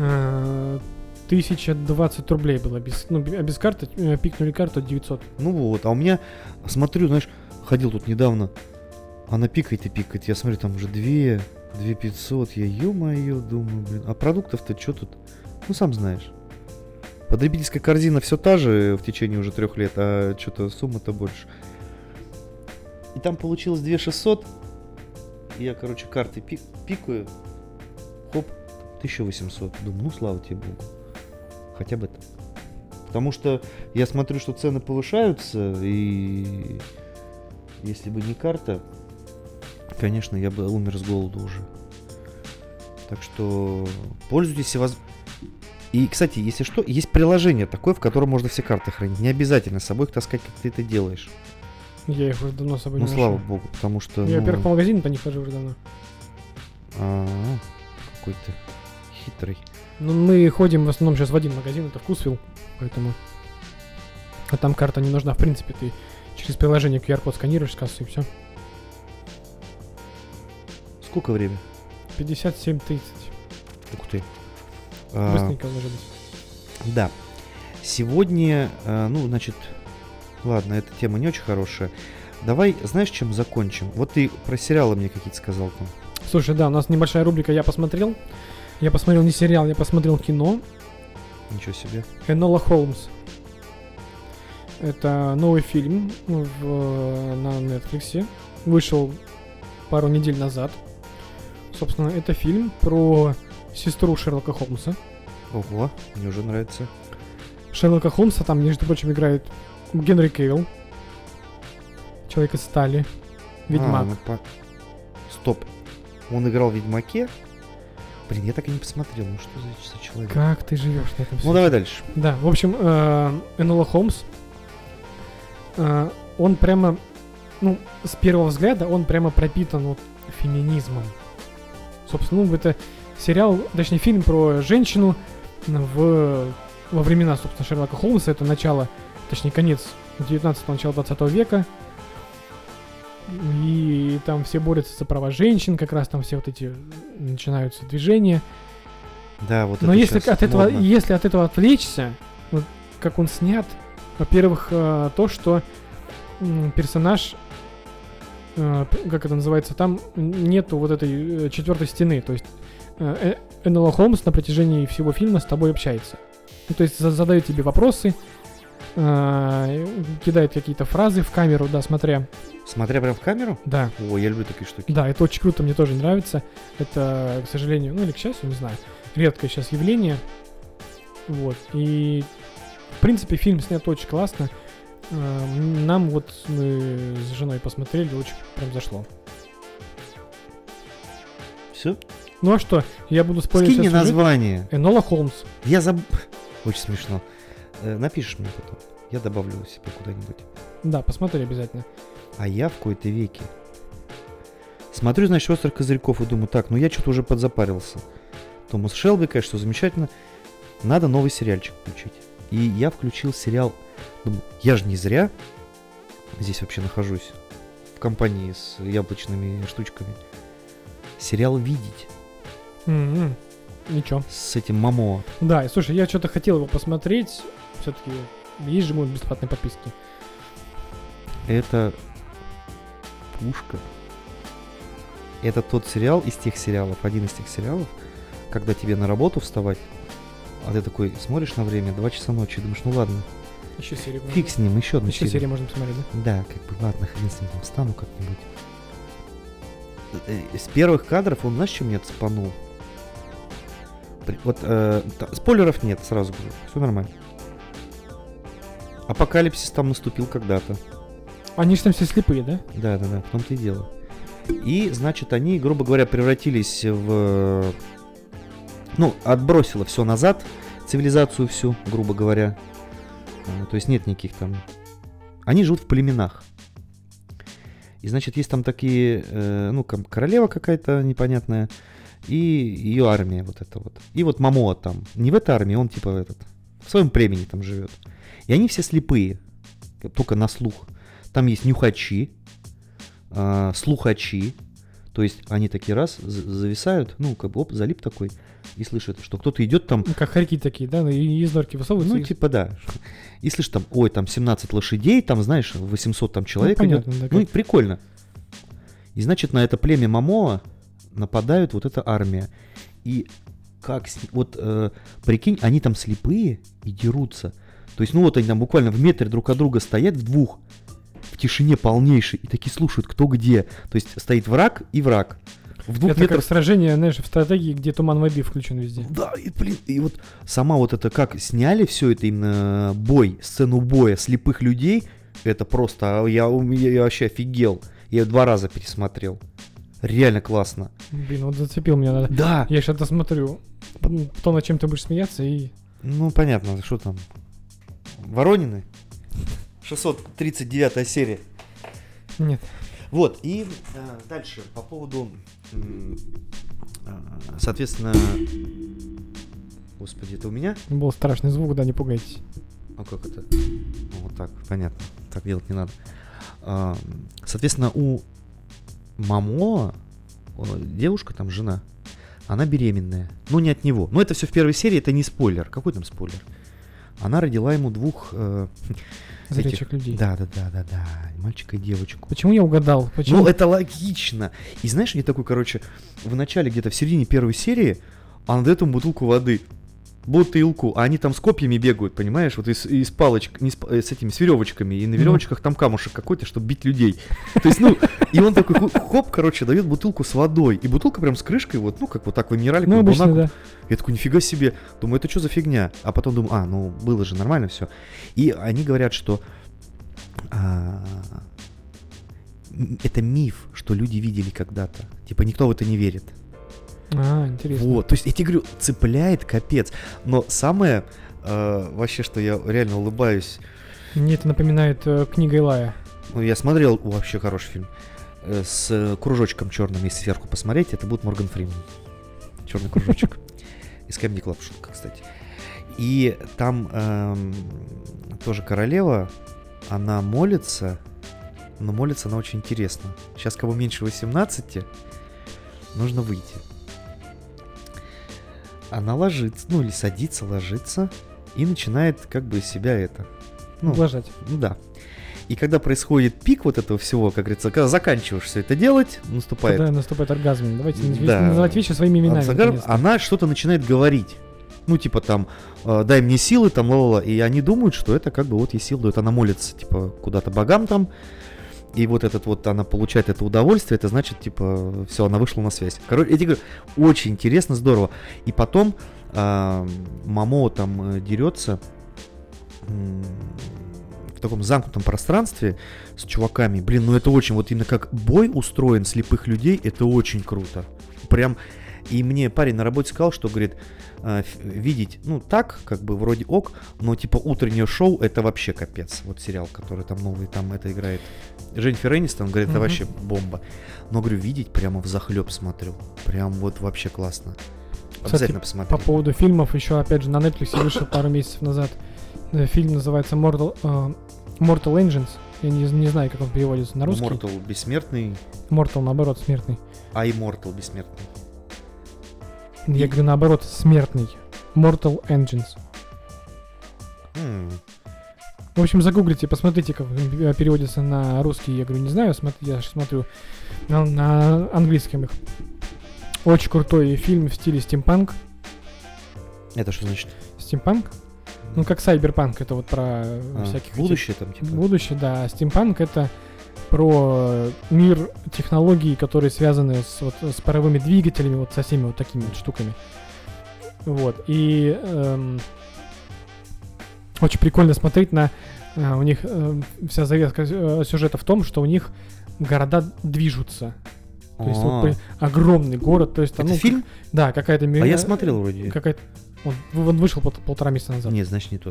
1020 рублей было, без карты, пикнули карту 900. Ну вот, а у меня, смотрю, знаешь, ходил тут недавно, она пикает и пикает, я смотрю, там уже 2500, я ё-моё, думаю, блин, а продуктов-то что тут, ну сам знаешь. Потребительская корзина все та же в течение уже 3 лет, а что-то сумма-то больше. И там получилось 2600, и я, короче, картой пикаю, хоп, 1800, думаю, ну слава тебе богу. Хотя бы так. Потому что я смотрю, что цены повышаются, и если бы не карта, конечно, я бы умер с голоду уже. Так что пользуйтесь И, кстати, если что, есть приложение такое, в котором можно все карты хранить. Не обязательно с собой их таскать, как ты это делаешь. Я их уже давно с собой не ношу. Ну, слава богу, потому что... Я, во-первых, по магазину-то не хожу уже давно. Какой-то хитрый. Ну, мы ходим в основном сейчас в один магазин, это Вкусвилл, поэтому... А там карта не нужна, в принципе, ты через приложение QR-код сканируешь с кассы и все. Сколько время? 57:30. Ух ты. Быстренько ложились. Да. Сегодня, значит... Ладно, эта тема не очень хорошая. Давай, знаешь, чем закончим? Вот ты про сериалы мне какие-то сказал там. Слушай, да, у нас небольшая рубрика «Я посмотрел». Я посмотрел не сериал, я посмотрел кино. Ничего себе. Энола Холмс. Это новый фильм на Netflix. Вышел пару недель назад. Собственно, это фильм про сестру Шерлока Холмса. Ого, мне уже нравится. Шерлока Холмса там, между прочим, играет Генри Кевилл. Человек из стали. Ведьмак. Стоп. Он играл в Ведьмаке? Блин, я так и не посмотрел. Ну что за человек? Как ты живешь на этом свете? Ну давай дальше. Да, в общем, Энола Холмс, он прямо, с первого взгляда, он прямо пропитан феминизмом. Собственно, это сериал, точнее, фильм про женщину во времена, собственно, Шерлока Холмса. Это начало, точнее, конец 19-го, начало 20 века. И там все борются за права женщин, как раз там все вот эти начинаются движения. Да, вот Но это если от этого отвлечься, вот как он снят, во-первых, то, что персонаж, как это называется, там нету вот этой четвертой стены, то есть Энола Холмс на протяжении всего фильма с тобой общается. Ну, то есть задает тебе вопросы, кидает какие-то фразы в камеру, да, смотря прям в камеру? Да. О, я люблю такие штуки. Да, это очень круто, мне тоже нравится. Это, к сожалению, или к счастью, не знаю, редкое сейчас явление. Вот. И, в принципе, фильм снят очень классно. Нам мы с женой посмотрели, очень прям зашло. Все? Ну а что, я буду спорить. Скинь мне название. Энола Холмс. Я забыл. Очень смешно. Напишешь мне потом. Я добавлю себе куда-нибудь. Да, посмотри обязательно. А я в кои-то веки смотрю, значит, «Острых козырьков» и думаю, так, ну я что-то уже подзапарился. Томас Шелби, конечно, что замечательно. Надо новый сериальчик включить. И я включил сериал. Думаю, я же не зря здесь вообще нахожусь. В компании с яблочными штучками. Сериал «Видеть». Ничего. С этим Момоа. Да, и слушай, я что-то хотел его посмотреть. Все-таки есть же мой бесплатной подписки. Это пушка. Это тот сериал из тех сериалов, один из тех сериалов, когда тебе на работу вставать, а ты такой смотришь на время, 2 часа ночи, думаешь, ну ладно, Еще серию. фиг с ним, еще одну Еще серию. серию можно посмотреть, да? Да, как бы, ладно, хрен с ним, там, встану как-нибудь. С первых кадров он, знаешь, что меня цепанул? Вот, спойлеров нет, сразу говорю, все нормально. Апокалипсис там наступил когда-то. Они же там все слепые, да? Да, в том-то и дело. И, значит, они, грубо говоря, превратились в... Ну, отбросило все назад, цивилизацию всю, грубо говоря. То есть нет никаких там... Они живут в племенах. И, значит, есть там такие... Ну, королева какая-то непонятная. И ее армия вот эта вот. И вот Момоа там. Не в этой армии, он типа в своем племени там живет. И они все слепые. Только на слух. Там есть нюхачи, слухачи, то есть они такие раз зависают, ну, как бы, оп, залип такой, и слышат, что кто-то идет там... Как хорьки такие, да, и из норки высовываются. Ну, типа, да. И слышишь там, ой, там 17 лошадей, там, знаешь, 800 там человек идет. Понятно, да, Ну, и прикольно. И, значит, на это племя Момоа нападают вот эта армия. И как... Вот, прикинь, они там слепые и дерутся. То есть, ну, вот они там буквально в метре друг от друга стоят, в двух, в тишине полнейшей, и такие слушают, кто где. То есть стоит враг и враг. В 2 это метрах... как сражение, знаешь, в стратегии, где туман воды включен везде. Да, и, блин, и вот сама вот это, как сняли все это именно бой, сцену боя слепых людей, это просто, я вообще офигел. Я 2 раза пересмотрел. Реально классно. Блин, вот зацепил меня. Надо. Да. Я сейчас досмотрю, то, над чем ты будешь смеяться, и... Ну, понятно, что там. Воронины? 639 серия. Нет. Вот, и дальше по поводу, соответственно, господи, это у меня? Был страшный звук, да, не пугайтесь. А как это? Ну, вот так, понятно, так делать не надо. Соответственно, у Момоа девушка, там, жена, она беременная, но не от него. Но это все в первой серии, это не спойлер. Какой там спойлер? Она родила ему 2... Зрячих людей. Да, мальчика и девочку. Почему я угадал? Почему? Ну, это логично. И знаешь, мне такой, короче, в начале, где-то в середине первой серии, она дает ему бутылку воды. Бутылку. А они там с копьями бегают, понимаешь? Вот из палочек, с этими, с веревочками. И на веревочках там камушек какой-то, чтобы бить людей. То есть, ну, и он такой, хоп, короче, дает бутылку с водой. И бутылка прям с крышкой, вот, ну, как вот так, в минералику. Ну, обычно, да. Я такой, нифига себе. Думаю, это что за фигня? А потом думаю, ну, было же нормально все. И они говорят, что это миф, что люди видели когда-то. Типа, никто в это не верит. Интересно. Вот, то есть, я тебе говорю, цепляет капец. Но самое, вообще, что я реально улыбаюсь... Мне это напоминает книга Илая. Ну, я смотрел, вообще хороший фильм. С кружочком черным, если сверху посмотреть, это будет Морган Фриман. Черный кружочек. Из Comedy Club, шутка, кстати. И там тоже королева, она молится, но молится она очень интересно. Сейчас, кого меньше 18, нужно выйти. Она ложится, ну или садится, ложится и начинает как бы себя Ублажать. Ну да. И когда происходит пик вот этого всего, как говорится, когда заканчиваешь все это делать, наступает... Когда наступает оргазм. Давайте Да. называть вещи своими именами. Она что-то начинает говорить. Ну, типа там, дай мне силы, там, ла-ла-ла. И они думают, что это как бы вот ей силы дает. Она молится, типа, куда-то богам там. И вот этот вот, она получает это удовольствие, это значит, типа, все, она вышла на связь. Короче, я тебе говорю, очень интересно, здорово. И потом Момоа там дерется в таком замкнутом пространстве с чуваками. Блин, ну это очень, вот именно как бой устроен слепых людей, это очень круто. Прям, И мне парень на работе сказал, что, говорит, видеть, ну, так, как бы вроде ок, но типа утреннее шоу — это вообще капец. Вот сериал, который там новый, там это играет Дженнифер Энистон, говорит, это вообще бомба. Но, говорю, видеть прямо взахлеб смотрю. Прям вот вообще классно. Обязательно посмотри. По поводу фильмов, еще, опять же, на Netflix вышел пару месяцев назад фильм, называется Mortal Engines. Я не знаю, как он переводится на русский. Mortal бессмертный. Mortal, наоборот, смертный. А Immortal бессмертный. Я говорю, наоборот, смертный. Mortal Engines. В общем, загуглите, посмотрите, как переводится на русский. Я говорю, не знаю, я смотрю на английском их. Очень крутой фильм в стиле стимпанк. Это что значит? Стимпанк? Ну, как сайберпанк, это вот про всяких... Будущее там, типа? Будущее, да. Стимпанк — это про мир технологий, которые связаны с паровыми двигателями, вот со всеми вот такими вот штуками. Вот. И очень прикольно смотреть на... у них вся завязка сюжета в том, что у них города движутся. То есть вот огромный город. То есть, это фильм? Да, какая-то... А я смотрел вроде. Какая-то... Он вышел полтора месяца назад. Нет, значит, не тот.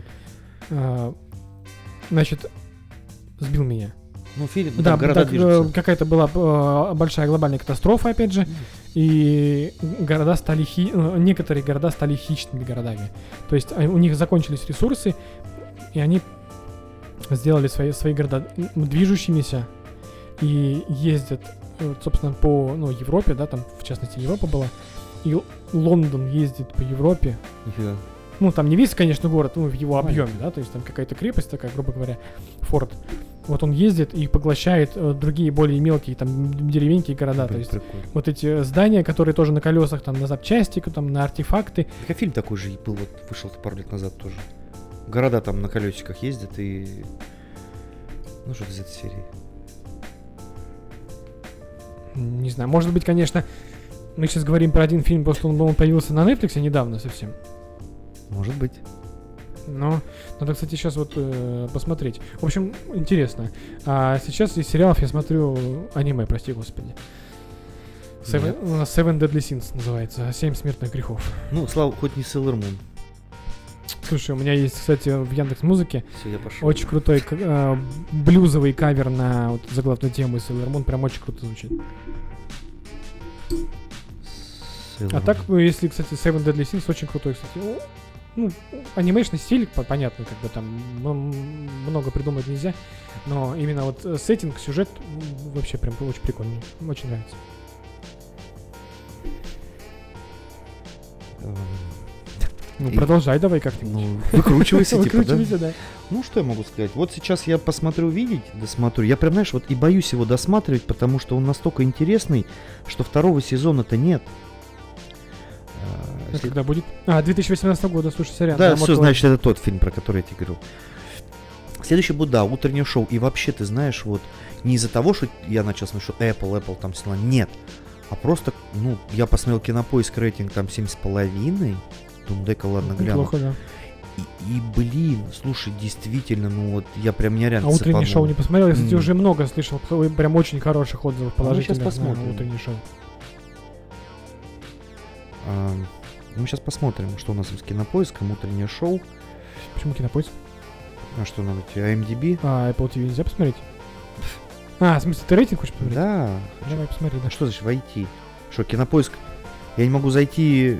Значит, сбил меня. Ну, фильм, да, города движутся. Какая-то была большая глобальная катастрофа, опять же, и города стали некоторые города стали хищными городами. То есть у них закончились ресурсы, и они сделали свои города движущимися и ездят, собственно, по Европе, да, там, в частности, Европа была, и Лондон ездит по Европе. Нифига. Ну, там не весь, конечно, город, в его объеме, да, то есть там какая-то крепость такая, грубо говоря, форт. Вот он ездит и поглощает другие более мелкие там деревеньки и города. То есть прикольно. Вот эти здания, которые тоже на колесах, там на запчасти, там на артефакты. Так, фильм такой же был, вот вышел пару лет назад тоже. Города там на колесиках ездят и... Ну, что-то из этой серии. Не знаю, может быть, конечно, мы сейчас говорим про один фильм, просто он появился на Netflix недавно совсем. Может быть. Но надо, кстати, сейчас вот посмотреть. В общем, интересно. А сейчас из сериалов я смотрю аниме, прости господи. Seven Deadly Sins называется. 7 смертных грехов. Ну, Слава, хоть не Sailor Moon. Слушай, у меня есть, кстати, в Яндекс.Музыке пошел. Очень крутой блюзовый кавер на вот заглавную тему из Sailor Moon. Прям очень круто звучит. А так, если, кстати, Seven Deadly Sins очень крутой, кстати. Ну, анимешный стиль, понятно, как бы там много придумать нельзя, но именно вот сеттинг, сюжет вообще прям очень прикольный, очень нравится. Ну, продолжай давай как-нибудь. Ну, выкручивайся, типа, да? Ну, что я могу сказать? Вот сейчас я посмотрю досмотрю. Я прям, знаешь, вот и боюсь его досматривать, потому что он настолько интересный, что второго сезона-то нет. Это когда будет? 2018 года, слушай, сорян. Да, все, значит, это тот фильм, про который я тебе говорил. Следующий будет, да, утреннее шоу. И вообще, ты знаешь, вот не из-за того, что я начал смотреть, что Apple там сняла, нет. А просто, ну, я посмотрел Кинопоиск, рейтинг там 7,5. Думаю, дай-ка, ладно, гляну. Неплохо, да. И, блин, слушай, действительно, ну вот, я прям меня реально утреннее шоу не посмотрел, я, кстати, уже много слышал, прям очень хороших отзывов положительных сейчас посмотрим. на утреннее шоу. Мы сейчас посмотрим, что у нас с Кинопоиском, утреннее шоу. Почему Кинопоиск? А что надо тебе, IMDb? Apple TV нельзя посмотреть? В смысле, ты рейтинг хочешь посмотреть? Да. Давай посмотри, да. А что значит войти? Что, Кинопоиск? Я не могу зайти...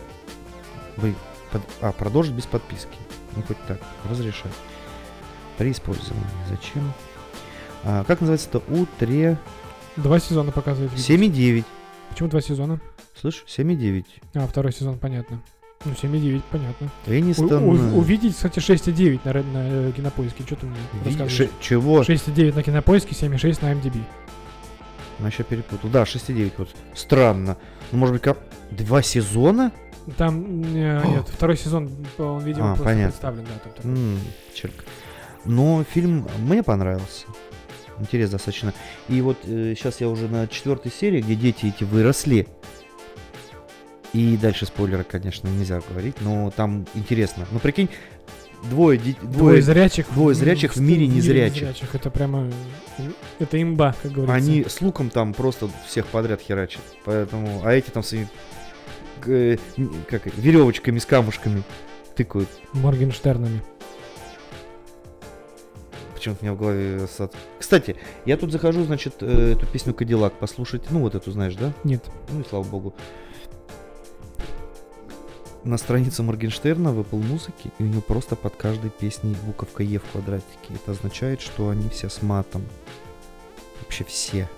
продолжить без подписки. Ну, хоть так, разрешать. При использовании. Зачем? Как называется это? 2 сезона показывает. 7,9. Почему 2 сезона? Слышь, 7,9. Второй сезон, понятно. Ну, 7,9, понятно. Энистон... Увидеть, кстати, 6,9 на Кинопоиске. Что ты мне рассказываешь? Чего? 6,9 на Кинопоиске, 7,6 на MDB. Я еще перепутал. Да, 6,9. Вот. Странно. Ну, может быть, как... 2 сезона? Там, нет, второй сезон, он, видимо, просто понятно. представлен, да. Там черт. Но фильм мне понравился. Интересно достаточно. И вот сейчас я уже на 4-й серии, где дети эти выросли. И дальше спойлеры, конечно, нельзя говорить, но там интересно. Ну, прикинь, двое зрячих в мире незрячих. Это прямо... Это имба, как говорится. Они с луком там просто всех подряд херачат. Поэтому... А эти там своими как веревочками с камушками тыкают. Моргенштернами. Почему-то у меня в голове сад. Кстати, я тут захожу, значит, эту песню «Кадиллак» послушать. Ну, вот эту знаешь, да? Нет. Ну и слава богу. На странице Моргенштерна в Apple Music, и у него просто под каждой песней буковка «Е» в квадратике. Это означает, что они все с матом. Вообще все.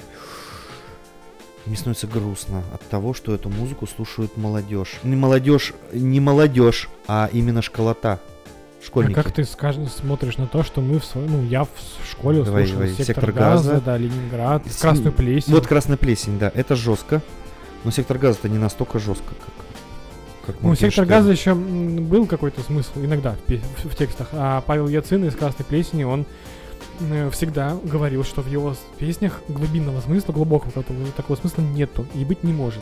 Мне становится грустно от того, что эту музыку слушают молодежь. Не молодежь, а именно школота. Школьники. А как ты смотришь на то, что мы я в школе слушал «Сектор газа», да, «Ленинград», «Красную плесень». Вот «Красная плесень», да, это жестко. Но «Сектор газа»-то не настолько жестко, как Ну, «Сектор газа» еще был какой-то смысл иногда в текстах, а Павел Яцин из «Красной плесени», он всегда говорил, что в его песнях глубинного смысла, глубокого такого смысла нету и быть не может.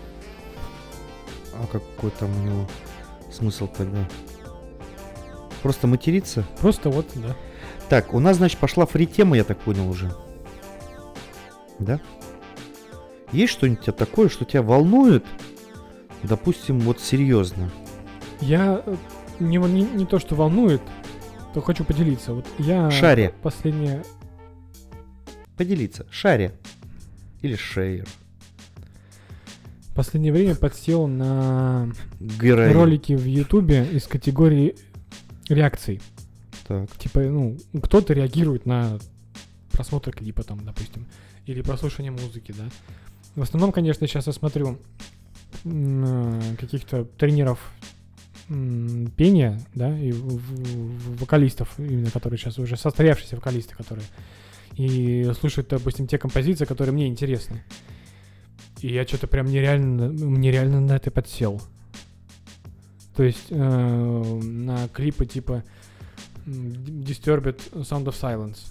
А какой там у него смысл тогда? Просто материться? Просто вот, да. Так, у нас, значит, пошла фри-тема, я так понял уже. Да? Есть что-нибудь такое, что тебя волнует? Допустим, вот серьезно. Я не то, что волнует, то хочу поделиться. Вот я Шаре. Последнее... Поделиться. Шаре. Или шейр. Последнее время подсел на Героин. ролики в Ютубе из категории реакций. Так. Типа, кто-то реагирует на просмотр клипа, там, допустим, или прослушивание музыки, да. В основном, конечно, сейчас я смотрю каких-то тренеров пения, да, и вокалистов, именно которые сейчас уже состоявшиеся вокалисты, которые и слушают, допустим, те композиции, которые мне интересны. И я что-то прям нереально на это подсел. То есть на клипы типа Disturbed Sound of Silence.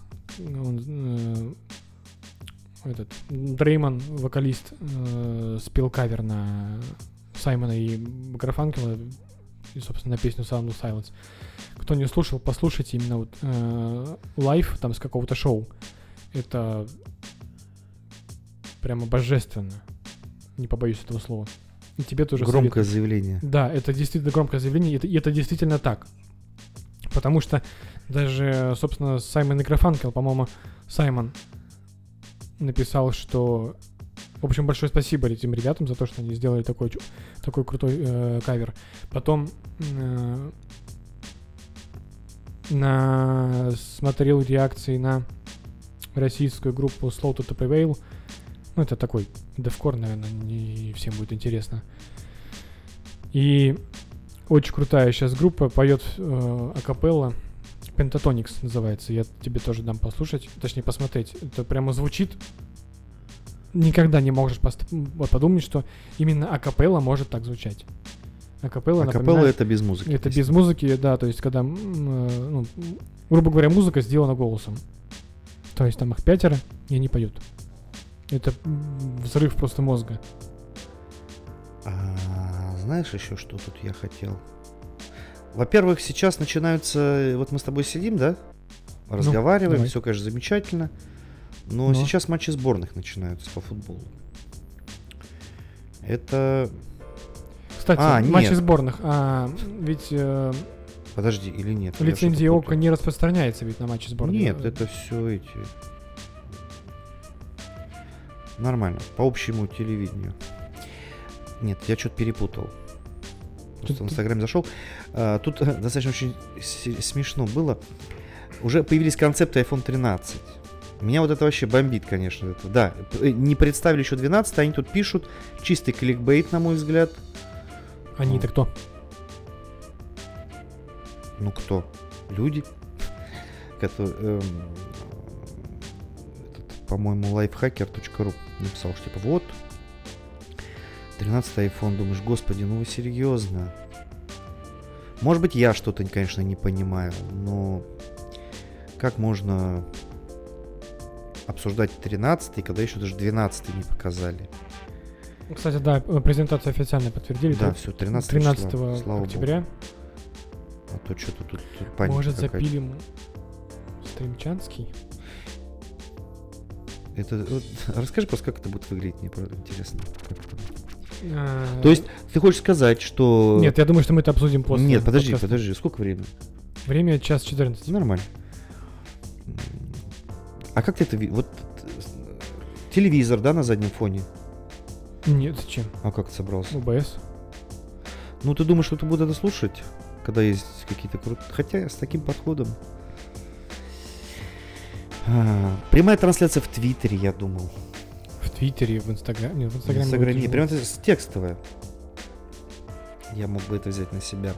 Этот Дреймон, вокалист, спел кавер на Саймона и Гарфанкела, и, собственно, на песню Sound of Silence. Кто не слушал, послушайте именно вот лайв там с какого-то шоу. Это прямо божественно. Не побоюсь этого слова. И тебе тоже громкое советую. заявление. Да, это действительно громкое заявление, и это действительно так. Потому что даже, собственно, Саймон и Гарфанкел, по-моему, Саймон написал, что... В общем, большое спасибо этим ребятам за то, что они сделали такой крутой кавер. Потом смотрел реакции на российскую группу Slow to Prevail. Ну, это такой девкор, наверное, не всем будет интересно. И очень крутая сейчас группа, поет акапелла. Pentatonix называется. Я тебе тоже дам послушать, точнее посмотреть. Это прямо звучит. Никогда не можешь подумать, что именно акапелла может так звучать. Акапелла это без музыки. Это без музыки, да, то есть когда, грубо говоря, музыка сделана голосом. То есть там их 5, и они поют. Это взрыв просто мозга. Знаешь еще, что тут я хотел? Во-первых, сейчас начинаются... Вот мы с тобой сидим, да? Разговариваем, все, конечно, замечательно. Но сейчас матчи сборных начинаются по футболу. Это... Кстати, матчи сборных. Ведь... Подожди, или нет? Лицензия ОКО не распространяется ведь на матчи сборных. Нет, это все эти... Нормально, по общему телевидению. Нет, я что-то перепутал. Просто в Инстаграме зашел. Тут достаточно очень смешно было. Уже появились концепты iPhone 13. Меня вот это вообще бомбит, конечно. Это. Да, не представили еще 12, они тут пишут. Чистый кликбейт, на мой взгляд. Они-то кто? Ну кто? Люди. Которые... по-моему, lifehacker.ru написал, что типа вот 13-й iPhone, думаешь, господи, ну вы серьезно? Может быть, я что-то, конечно, не понимаю, но как можно обсуждать 13-й, когда еще даже 12-й не показали? Кстати, да, презентацию официально подтвердили. Да, все, 13 октября. А то что-то тут паника. Может, какая-то. запилим стримчанский? Это, вот, расскажи просто, как это будет выглядеть, мне правда интересно. То есть ты хочешь сказать, что... Нет, я думаю, что мы это обсудим после. Нет, подкаста. подожди, сколько времени? Время 1:14. Нормально. А как ты это видишь? Вот телевизор, да, на заднем фоне? Нет, зачем? А как ты собрался? ОБС. Ну, ты думаешь, что ты будешь это слушать, когда есть какие-то крутые... Хотя с таким подходом... Прямая трансляция в Твиттере, я думал. В Твиттере, в Инстаграме. Нет, в В Инстаграме. Инстаграме. будет Прямо текстовая. Я мог бы это взять на себя.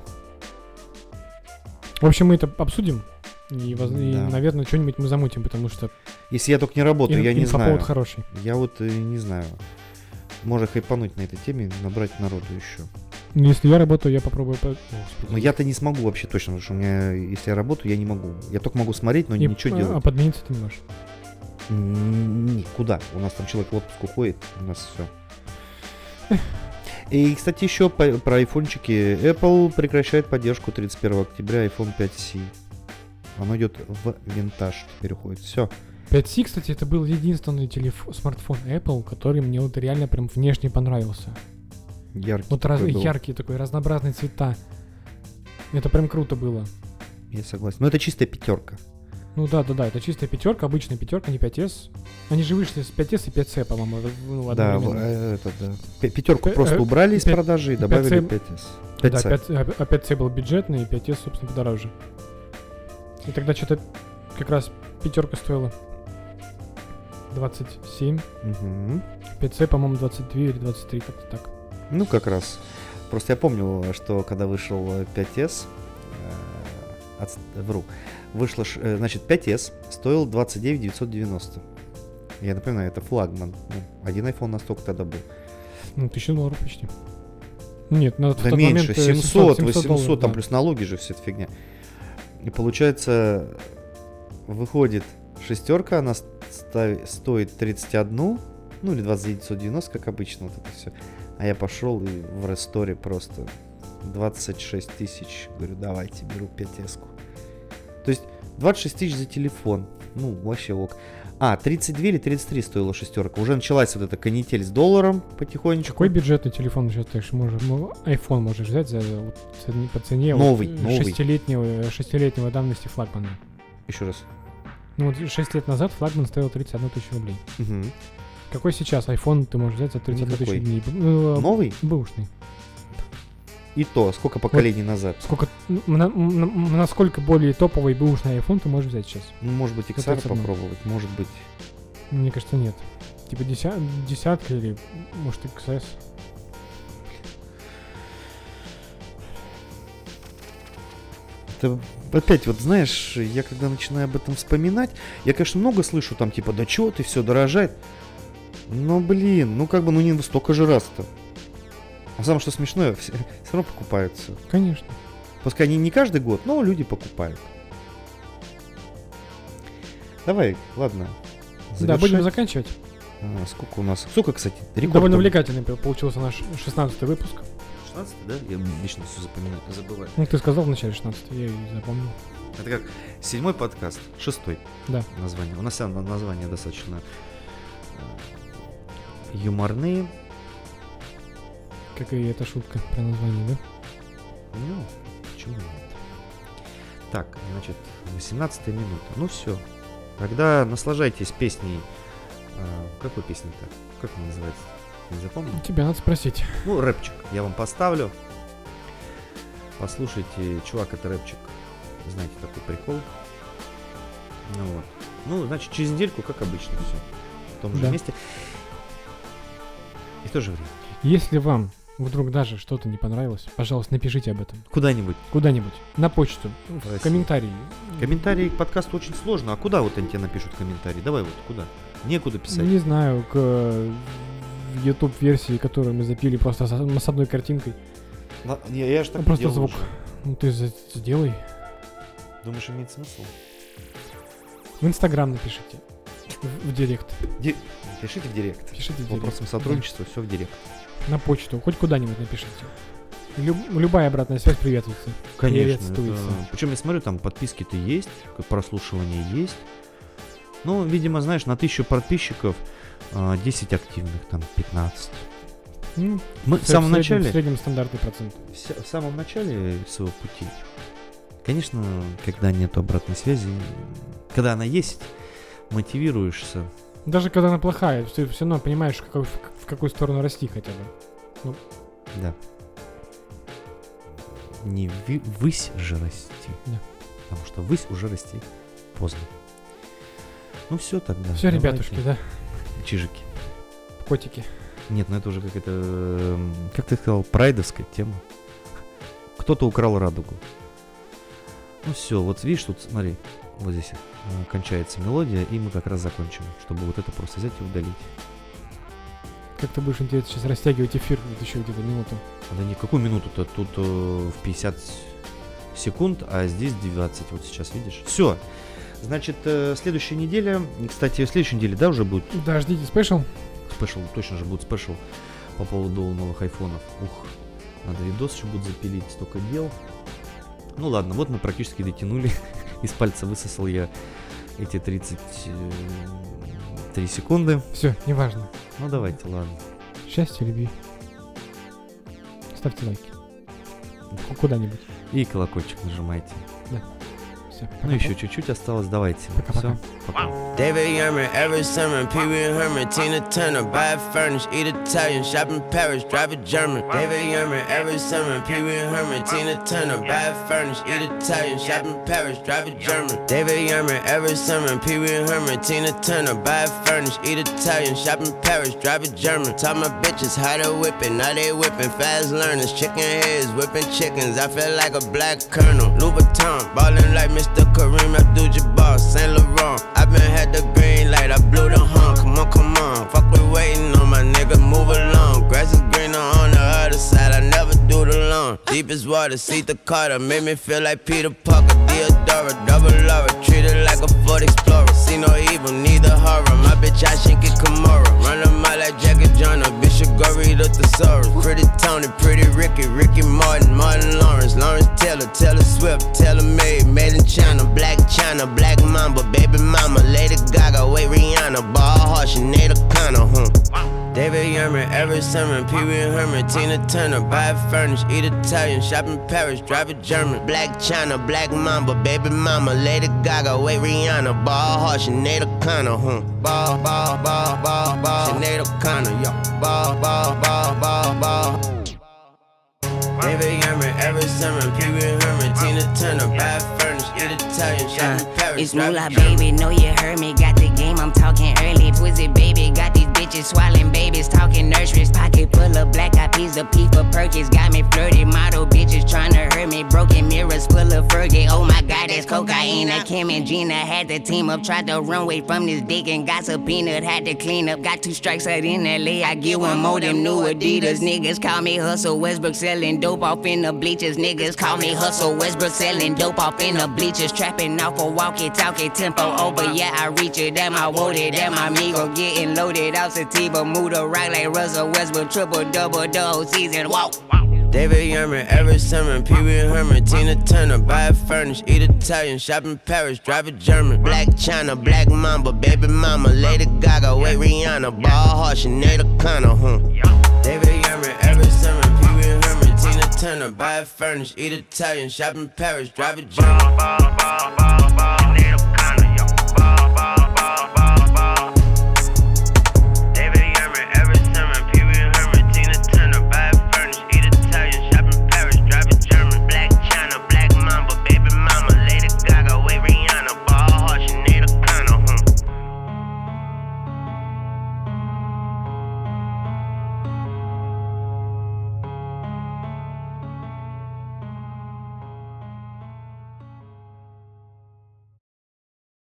В общем, мы это обсудим. И, Да. наверное, что-нибудь мы замутим, потому что Если я только не работаю, я не знаю. инфоповод хороший. Я вот не знаю. Можно хайпануть на этой теме, набрать народу еще. Если я работаю, я попробую... Но я-то не смогу вообще точно, потому что у меня, если я работаю, я не могу. Я только могу смотреть, но ничего А делать. подмениться ты не можешь. Никуда. У нас там человек в отпуск уходит, у нас все. И, кстати, еще про айфончики. Apple прекращает поддержку 31 октября iPhone 5C. Оно идет в винтаж, теперь уходит. Все. 5C, кстати, это был единственный смартфон Apple, который мне вот реально прям внешне понравился. Яркий. Вот такой был. яркие такой, разнообразные цвета. Это прям круто было. Я согласен. Но это чистая пятерка. Ну да, это чистая пятерка, обычная пятерка, не 5S. Они же вышли с 5S и 5C, по-моему, Да, одновременно. пятерку просто убрали из 5 продажи и добавили 5S. Да, 5C. 5C был бюджетный, и 5S, собственно, подороже. И тогда что-то как раз пятерка стоила 27, Мгм. 5C, по-моему, 22 или 23, как-то так. Ну, как раз. Просто я помню, что когда вышел 5S, вру, вышло, значит, 5S стоил 29 990. Я напоминаю, это флагман. Ну, один iPhone на столько тогда был. Ну, $1000 почти. Нет, в Да тот меньше, момент 700, 800, $700, там да. плюс налоги же, вся эта фигня. И получается, выходит шестерка, она стоит 31, ну или 29 990, как обычно, вот это все. А я пошел и в ресторе просто 26 тысяч. Говорю, давайте, беру 5S-ку. То есть 26 тысяч за телефон. Ну, вообще ок. 32 или 33 стоила шестерка. Уже началась вот эта канитель с долларом потихонечку. Какой бюджетный телефон сейчас ты можешь, iPhone можешь взять за вот, по цене Новый. 6-летнего давности флагмана? Еще раз. Ну вот 6 лет назад флагман стоил 31 тысячу рублей. Угу. Какой сейчас iPhone ты можешь взять за 31 тысячу Никакой. рублей? Новый? Бэушный. И то, сколько поколений назад? Сколько, насколько более топовый бэушный iPhone ты можешь взять сейчас? Ну, может быть, Это XR одно. попробовать, может быть. Мне кажется, нет. Типа десятка или, может, XS. Это опять, вот знаешь, я когда начинаю об этом вспоминать, я, конечно, много слышу там, типа, да чё ты, все дорожает. Но, блин, ну как бы, ну не столько же раз-то. А самое что смешное, все равно покупаются. Конечно. Пускай они не каждый год, но люди покупают. Давай, ладно. Да, будем завершать. заканчивать. Сколько у нас? Сколько, кстати, рекорд? Довольно там? увлекательный получился наш 16-й выпуск. 16, да? Я лично все запоминаю, забываю. Ну, ты сказал в начале 16, я и запомнил. Это как 7-й подкаст, 6-й Да. название. У нас все названия достаточно юморные. Как и эта шутка про название, да? Ну, почему нет? Так, значит, 18-я минута. Ну все. Тогда наслаждайтесь песней. Какой песней-то? Как она называется? Не запомнил? Тебя надо спросить. Ну, рэпчик. Я вам поставлю. Послушайте, чувак, это рэпчик. Знаете, такой прикол. Ну вот. Ну, значит, через недельку, как обычно, все. В том же Да. месте. И в то же время. Если вам вдруг даже что-то не понравилось, пожалуйста, напишите об этом. Куда-нибудь. Куда-нибудь. На почту. В Спасибо. комментарии. Комментарии к подкасту очень сложно. А куда вот они тебе напишут комментарии? Давай вот куда? Некуда писать. Не знаю, в YouTube-версии, которую мы запили просто с одной картинкой. Я же так Просто делал звук. уже. Ну ты сделай. Думаешь, имеет смысл? В Инстаграм напишите. В директ. Пишите в директ. Пишите в директ. Вопросом сотрудничества, все в директ. На почту. Хоть куда-нибудь напишите. Любая обратная связь приветствуется. Приветствуется. Причем я смотрю, там подписки-то есть, прослушивание есть. Ну, видимо, знаешь, на 1000 подписчиков 10 активных, там 15. Мы в самом начале... В среднем стандартный процент. В самом начале своего пути, конечно, когда нет обратной связи, когда она есть, мотивируешься. Даже когда она плохая, ты все равно понимаешь, в какую сторону расти хотя бы. Ну. Да. Не ввысь же расти. Да. Потому что ввысь уже расти поздно. Ну все тогда. Все, ребятушки, да. Чижики. Котики. Нет, ну это уже какая-то, как ты сказал, прайдовская тема. Кто-то украл радугу. Ну все, вот видишь, тут, смотри, вот здесь кончается мелодия, и мы как раз закончим, чтобы вот это просто взять и удалить. Как ты будешь, интересно, сейчас растягивать эфир вот еще где-то минуту? Да никакую минуту-то, тут в 50 секунд, а здесь 20, вот сейчас видишь. Все, значит, следующая неделя, кстати, следующей неделе, да, уже будет? Да, ждите спешл. Спешл, точно же будет спешл по поводу новых айфонов. Ух, надо видос еще будет запилить, столько дел. Ну ладно, вот мы практически дотянули. Из пальца высосал я эти 33 секунды. Все, неважно. Ну давайте, ладно. Счастья, любви. Ставьте лайки. Куда-нибудь. И колокольчик нажимайте. Да. Все. Ну еще чуть-чуть осталось, давайте. Пока-пока. Пока. David Yerman, Eric Sermon, Pee Wee Herman, Tina Turner, buy a furnish, eat Italian, shop in Paris, drive a German. David Yerman, Eric Sermon, Pee Wee Herman, Tina Turner, buy a furnish, eat Italian, shop in Paris, drive a German. David Yerman, Eric Sermon, Pee Wee Herman, Tina Turner, buy a furnish, eat Italian, shop in Paris, drive a German. Taught my bitches how to whip it, now they whipping, fast learners, chicken heads, whipping chickens. I feel like a black colonel. Louis Vuitton, ballin' like Mr. Kareem Abdul-Jabbar, Saint Laurent. I been had the green light, I blew the horn. Come on, fuck we waiting on my nigga, move along. Grass is greener on the other side, I never do the lawn. Deep as water, see the Carter, made me feel like Peter Parker. Theodora, double Laura, treated like a Ford Explorer. See no evil, neither horror, my bitch I shink it Kimura. Run them out like Jack and John, bitch should go read the thesaurus. Pretty Tony, pretty Ricky, Ricky Martin, Martin Lawrence, Lawrence Taylor, Taylor Swift, Taylor made in China, Black Mamba, baby mama, Lady Gaga, wait Rihanna, ball hard, Sinead O'Connor, David Yerman, Eric Sermon, Pee Wee Herman, Tina Turner, buy a furnish, eat Italian, shop in Paris, drive a German. Black China, Black Mamba, baby mama, Lady Gaga, wait Rihanna, ball hard, Sinead O'Connor, Ball, Sinead O'Connor, yo. Ball. David Yerman, Eric Sermon, Pee Wee Herman, Tina Turner, buy a furnish, eat Italian, shop in Paris. It's Moolah, baby, know you heard me. Got the game, I'm talking early. Pussy, baby, got these bitches swallowing babies, talking nurseries. Pocket full of black eyed peas, a P for Perkins. Got me flirty, model bitches trying to hurt me. Broken mirrors full of Fergie. Oh my god, that's cocaine. Kim and Gina had the team up, tried to run away from this dick and got subpoenaed. Had to clean up, got 2 strikes out in LA. I get one more, them new Adidas. Niggas call me Hustle Westbrook, selling dope off in the bleachers. Niggas call me Hustle Westbrook, selling dope off in the bleachers. Trapping off a walkie-talkie, tempo over, yeah, I reach it. That my wooded, that my Migo, getting loaded out sativa. Move the rock like Russell Westbrook, triple-double the whole season, whoa. David Yerman, Eric Sermon, Pee Wee Herman, Tina Turner, buy a furnish, eat Italian, shop in Paris, drive a German. Black China, Black Mamba, baby mama, Lady Gaga, wait Rihanna, ball hard, Sinead O'Connor, David Yerman, Eric Sermon, Pee Wee Herman, Tina Turner, buy a furnish, eat Italian, shop in Paris, drive a German.